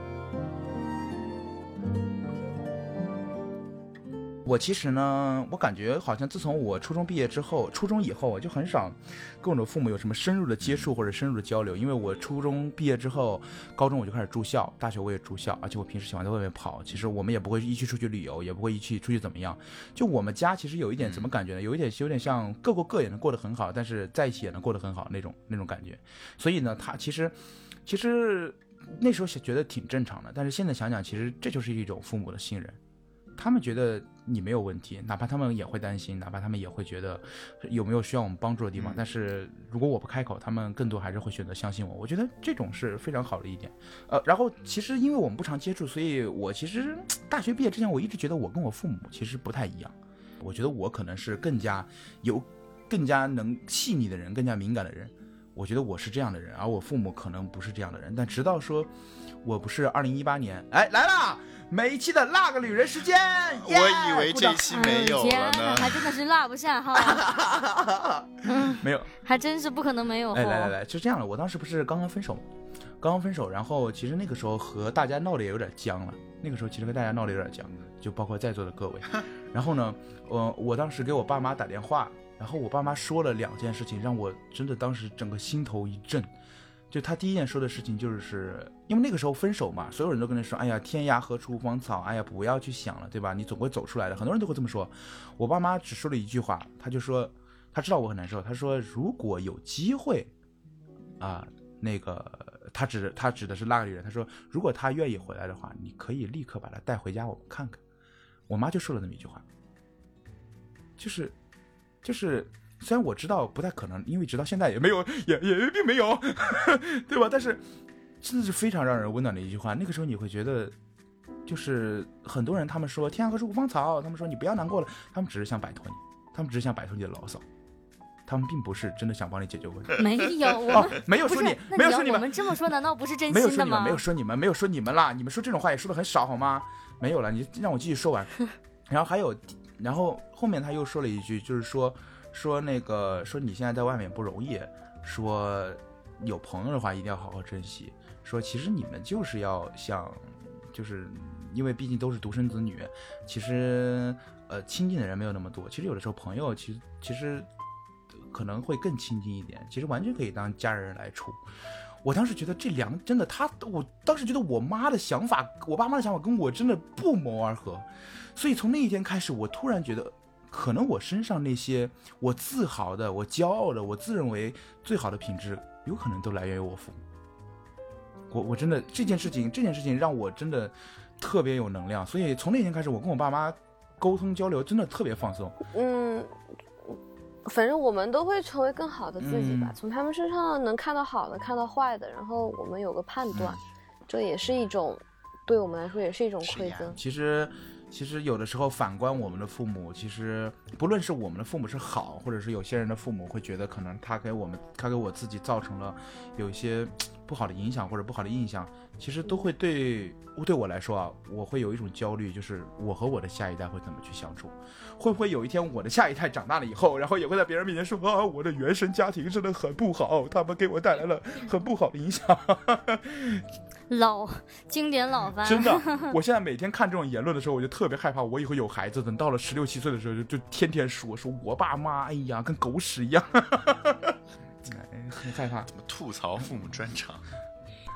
我其实呢，我感觉好像自从我初中毕业之后，初中以后我就很少跟我的父母有什么深入的接触或者深入的交流，因为我初中毕业之后，高中我就开始住校，大学我也住校，而且我平时喜欢在外面跑。其实我们也不会一起出去旅游，也不会一起出去怎么样。就我们家其实有一点怎么感觉呢？有一点有点像各过各也能过得很好，但是在一起也能过得很好那种那种感觉。所以呢，他其实其实那时候觉得挺正常的，但是现在想想，其实这就是一种父母的信任。他们觉得你没有问题，哪怕他们也会担心，哪怕他们也会觉得有没有需要我们帮助的地方，嗯、但是如果我不开口，他们更多还是会选择相信我。我觉得这种是非常好的一点。呃，然后其实因为我们不常接触，所以我其实大学毕业之前，我一直觉得我跟我父母其实不太一样。我觉得我可能是更加有、更加能细腻的人，更加敏感的人。我觉得我是这样的人，而我父母可能不是这样的人。但直到说，我不是二零一八年，哎来啦！每一期的那个女人时间， 我以为这期没有了呢， 哎、还真的是落不下哈。 嗯，没有， 还真是不可能没有。 哎，来来来，就这样了。我当时不是刚刚分手，刚刚分手，然后其实那个时候和大家闹得也有点僵了。那个时候其实和大家闹得有点僵，就包括在座的各位。然后呢，我我当时给我爸妈打电话，然后我爸妈说了两件事情，让我真的当时整个心头一震。就他第一件说的事情就是，因为那个时候分手嘛，所有人都跟他说，哎呀，天涯何处无芳草，哎呀，不要去想了，对吧？你总会走出来的。很多人都会这么说。我爸妈只说了一句话，他就说，他知道我很难受，他说如果有机会，啊，那个他指他指的是那个女人，他说如果他愿意回来的话，你可以立刻把他带回家，我们看看。我妈就说了那么一句话，就是就是。虽然我知道不太可能，因为直到现在也没有，也也并没有，对吧？但是真的是非常让人温暖的一句话。那个时候你会觉得，就是很多人他们说天涯何处无芳草，他们说你不要难过了，他们只是想摆脱你，他们只是想摆脱你的牢骚，他们并不是真的想帮你解决问题。 没有，我们、哦、 没有说你，没有说你们， 我们这么说难道不是真心的吗？ 没有说你们，没有说你们，没有说你们啦，你们说这种话也说的很少好吗？没有了，你让我继续说完。然后还有，然后后面他又说了一句，就是说。说那个说你现在在外面不容易，说有朋友的话一定要好好珍惜，说其实你们就是要像，就是因为毕竟都是独生子女，其实呃亲近的人没有那么多，其实有的时候朋友其实其实可能会更亲近一点，其实完全可以当家人来处。我当时觉得这两真的他，我当时觉得我妈的想法，我爸妈的想法跟我真的不谋而合，所以从那一天开始，我突然觉得。可能我身上那些我自豪的、我骄傲的、我自认为最好的品质，有可能都来源于我父母。我我真的这件事情，这件事情让我真的特别有能量。所以从那天开始，我跟我爸妈沟通交流真的特别放松。 嗯，反正我们都会成为更好的自己吧。嗯、从他们身上能看到好的，看到坏的，然后我们有个判断，嗯、这也是一种对我们来说也是一种馈赠。 其实。其实有的时候反观我们的父母，其实不论是我们的父母是好，或者是有些人的父母会觉得可能他给我们他给我自己造成了有一些不好的影响或者不好的印象，其实都会对对我来说啊，我会有一种焦虑，就是我和我的下一代会怎么去相处，会不会有一天我的下一代长大了以后，然后也会在别人面前说啊，我的原生家庭真的很不好，他们给我带来了很不好的影响。 老经典老番， 真的，我现在每天看这种言论的时候，我就特别害怕，我以后有孩子，等到了十六七岁的时候，就就天天说说我爸妈，哎呀，跟狗屎一样，很害怕。 怎么吐槽父母专场？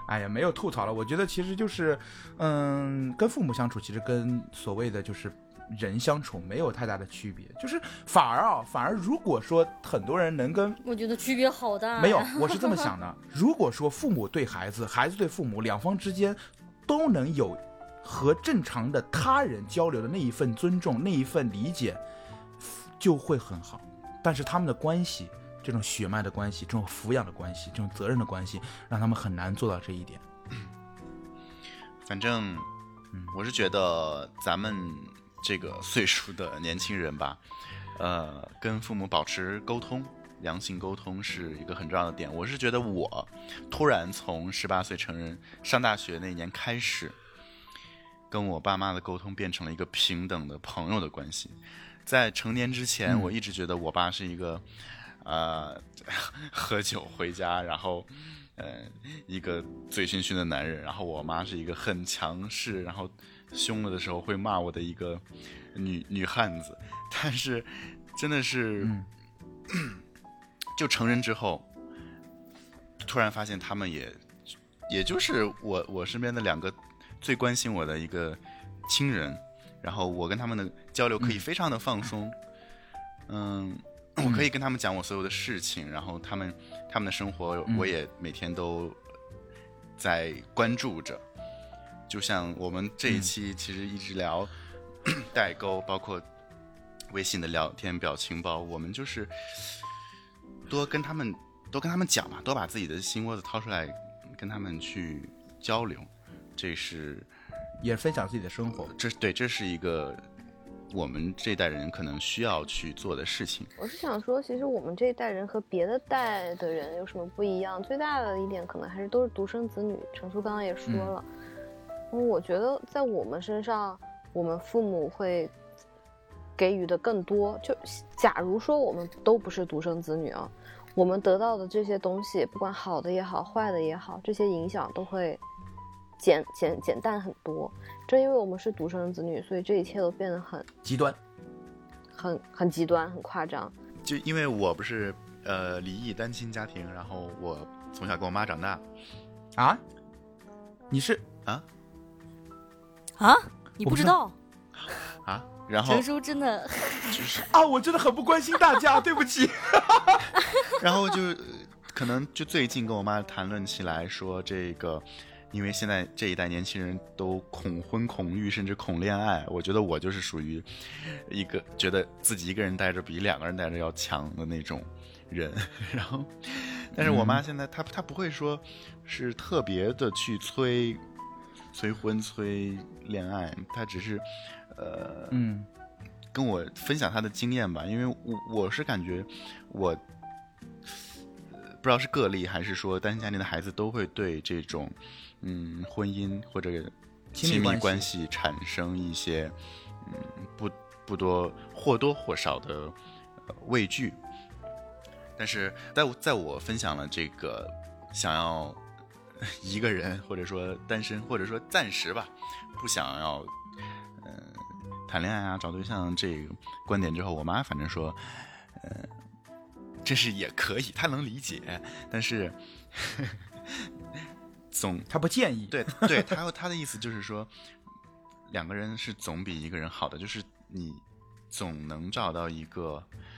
哎呀，没有吐槽了。我觉得其实就是，嗯，跟父母相处，其实跟所谓的就是人相处没有太大的区别。就是反而啊，反而如果说很多人能跟， 我觉得区别好大呀。 没有，我是这么想的。如果说父母对孩子，孩子对父母，两方之间都能有和正常的他人交流的那一份尊重，那一份理解，就会很好。但是他们的关系，这种血脉的关系，这种抚养的关系，这种责任的关系，让他们很难做到这一点。 反正，我是觉得咱们这个岁数的年轻人吧，呃，跟父母保持沟通，良性沟通是一个很重要的点。我是觉得我突然从十八岁成人上大学那年开始，跟我爸妈的沟通变成了一个平等的朋友的关系。在成年之前，我一直觉得我爸是一个，呃，喝酒回家，然后，呃，一个醉醺醺的男人，然后我妈是一个很强势，然后凶了的时候会骂我的一个女女汉子。但是，真的是，嗯、就成人之后，突然发现他们也，也就是我我身边的两个最关心我的一个亲人。然后我跟他们的交流可以非常的放松，嗯，嗯我可以跟他们讲我所有的事情，然后他们他们的生活我也每天都在关注着。就像我们这一期其实一直聊、嗯、代沟，包括微信的聊天表情包，我们就是多跟他们多跟他们讲嘛，多把自己的心窝子掏出来跟他们去交流，这是。 也分享自己的生活， 这对，这是一个我们这一代人可能需要去做的事情。 我是想说，其实我们这一代人和别的代的人有什么不一样？最大的一点可能还是都是独生子女。程苏刚刚也说了，嗯，我觉得在我们身上，我们父母会给予的更多。就假如说我们都不是独生子女啊，我们得到的这些东西，不管好的也好，坏的也好，这些影响都会。简简简淡很多，正因为我们是独生子女，所以这一切都变得很极端， 很很极端，很夸张。 就因为我不是呃离异单亲家庭，然后我从小跟我妈长大。 啊？你是啊？ 啊？你不知道？ 啊？然后程叔真的就是啊，我真的很不关心大家，对不起。 然后就可能就最近跟我妈谈论起来说这个。因为现在这一代年轻人都恐婚恐育，甚至恐恋爱，我觉得我就是属于一个觉得自己一个人待着比两个人待着要强的那种人。然后，但是我妈现在她她不会说是特别的去催催婚催恋爱，她只是呃嗯跟我分享她的经验吧，因为我我是感觉我。不知道是个例还是说单亲家庭的孩子都会对这种嗯婚姻或者亲密关系产生一些嗯不不多或多或少的、呃、畏惧。但是在在我分享了这个想要一个人或者说单身或者说暂时吧不想要呃谈恋爱啊找对象这个观点之后，我妈反正说呃这是也可以，他能理解，但是呵呵总他不建议。 对对，他他的意思就是说，两个人是总比一个人好的，就是你总能找到一个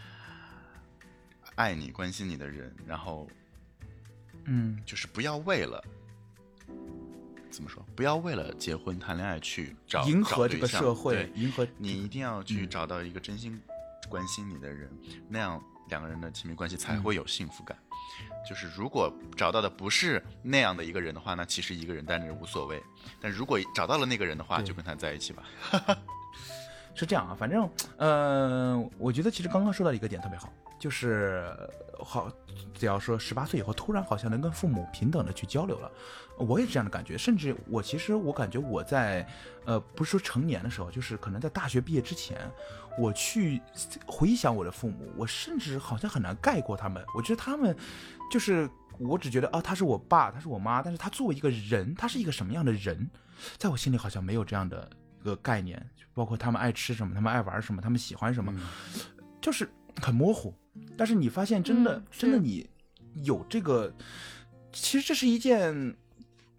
爱你、关心你的人，然后， 嗯， 就是不要为了怎么说，不要为了结婚谈恋爱去找迎合这个社会，迎合你一定要去找到一个真心关心你的人，嗯、那样。两个人的亲密关系才会有幸福感、嗯、就是如果找到的不是那样的一个人的话，那其实一个人单着无所谓，但如果找到了那个人的话，就跟他在一起吧。 是这样啊，反正呃我觉得其实刚刚说到一个点特别好，就是好只要说十八岁以后突然好像能跟父母平等的去交流了，我也这样的感觉。甚至我其实我感觉我在呃不是说成年的时候，就是可能在大学毕业之前，我去回想我的父母，我甚至好像很难概括他们。我觉得他们就是我只觉得啊他是我爸他是我妈，但是他作为一个人他是一个什么样的人，在我心里好像没有这样的一个概念，包括他们爱吃什么他们爱玩什么他们喜欢什么、嗯、就是很模糊。但是你发现真的、嗯、真的你有这个，其实这是一件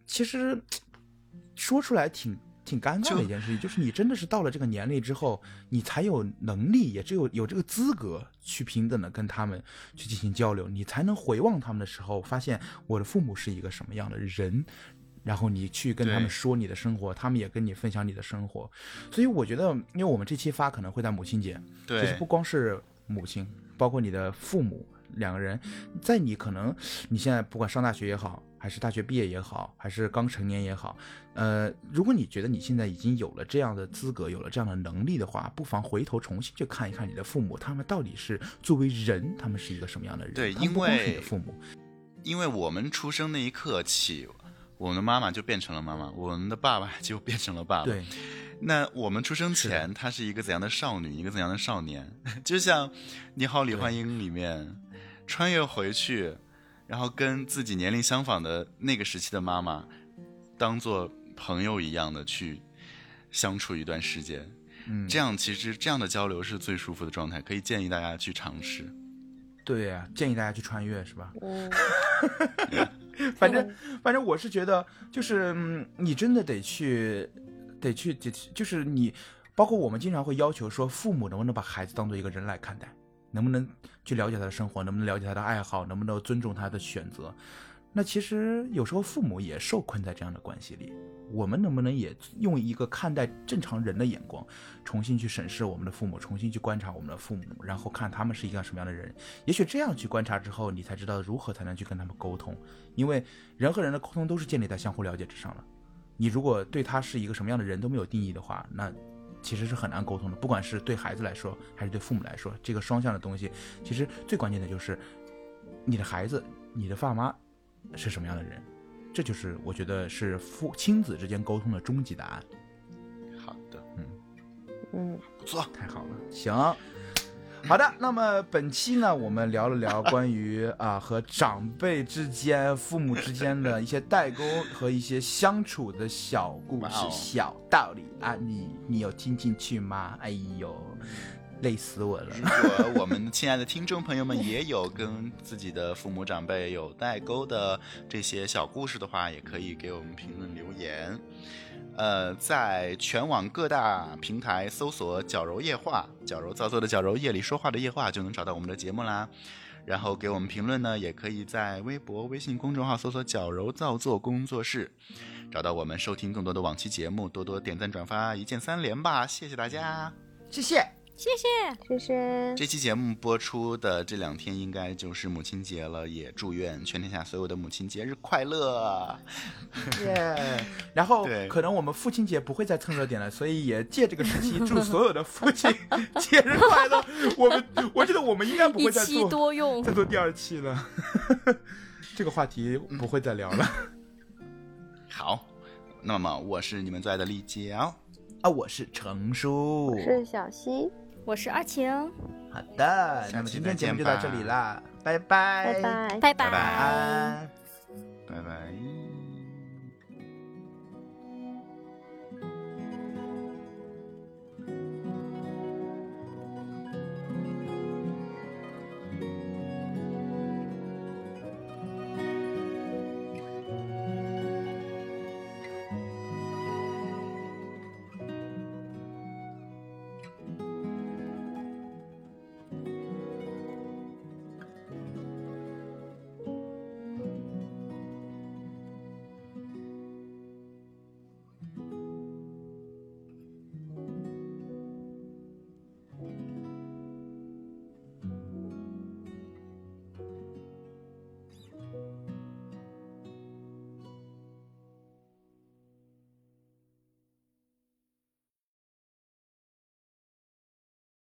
其实说出来挺挺尴尬的一件事情，就是你真的是到了这个年龄之后，你才有能力，也只有有这个资格去平等的跟他们去进行交流，你才能回望他们的时候，发现我的父母是一个什么样的人，然后你去跟他们说你的生活，他们也跟你分享你的生活。所以我觉得，因为我们这期发可能会在母亲节， 对， 其实不光是母亲，包括你的父母两个人，在你可能你现在不管上大学也好，还是大学毕业也好，还是刚成年也好，呃，如果你觉得你现在已经有了这样的资格，有了这样的能力的话，不妨回头重新去看一看你的父母，他们到底是作为人，他们是一个什么样的人？ 对， 因为你的父母， 因为我们出生那一刻起，我们的妈妈就变成了妈妈，我们的爸爸就变成了爸爸。 对。 那我们出生前，她是一个怎样的少女，一个怎样的少年？就像《你好，李焕英》里面，穿越回去，然后跟自己年龄相仿的那个时期的妈妈，当做朋友一样的去相处一段时间。嗯，这样其实这样的交流是最舒服的状态，可以建议大家去尝试。 对呀、啊，建议大家去穿越，是吧？ 嗯。 反正反正我是觉得，就是、嗯、你真的得去。得去就是你，包括我们经常会要求说，父母能不能把孩子当做一个人来看待，能不能去了解他的生活，能不能了解他的爱好，能不能尊重他的选择。那其实有时候父母也受困在这样的关系里，我们能不能也用一个看待正常人的眼光，重新去审视我们的父母，重新去观察我们的父母，然后看他们是一个什么样的人。也许这样去观察之后，你才知道如何才能去跟他们沟通，因为人和人的沟通都是建立在相互了解之上的。你如果对他是一个什么样的人都没有定义的话，那其实是很难沟通的。不管是对孩子来说，还是对父母来说，这个双向的东西，其实最关键的就是你的孩子、你的爸妈是什么样的人，这就是我觉得是父亲子之间沟通的终极答案。 好的， 嗯嗯， 不错， 太好了，行。好的，那么本期呢，我们聊了聊关于啊和长辈之间、父母之间的一些代沟和一些相处的小故事、 wow. 小道理啊，你你有听进去吗？哎呦，累死我了！ 如果我们亲爱的听众朋友们也有跟自己的父母长辈有代沟的这些小故事的话，也可以给我们评论留言。呃，在全网各大平台搜索矫揉夜话，矫揉造作的矫揉，夜里说话的夜话，就能找到我们的节目啦。然后给我们评论呢，也可以在微博、微信公众号搜索矫揉造作工作室，找到我们，收听更多的往期节目，多多点赞转发，一键三连吧，谢谢大家， 谢谢。 谢谢谢谢。 这期节目播出的这两天应该就是母亲节了，也祝愿全天下所有的母亲节日快乐。 yeah. 然后可能我们父亲节不会再蹭热点了，所以也借这个时期祝所有的父亲节日快乐。我们我觉得我们应该不会再做一期多用再做第二期了。这个话题不会再聊了。 好，那么我是你们最爱的丽娇啊，我是程叔， 我是小溪， 我是阿晴。 好的，那么今天节目就到这里啦，拜拜， 拜拜， 拜拜拜。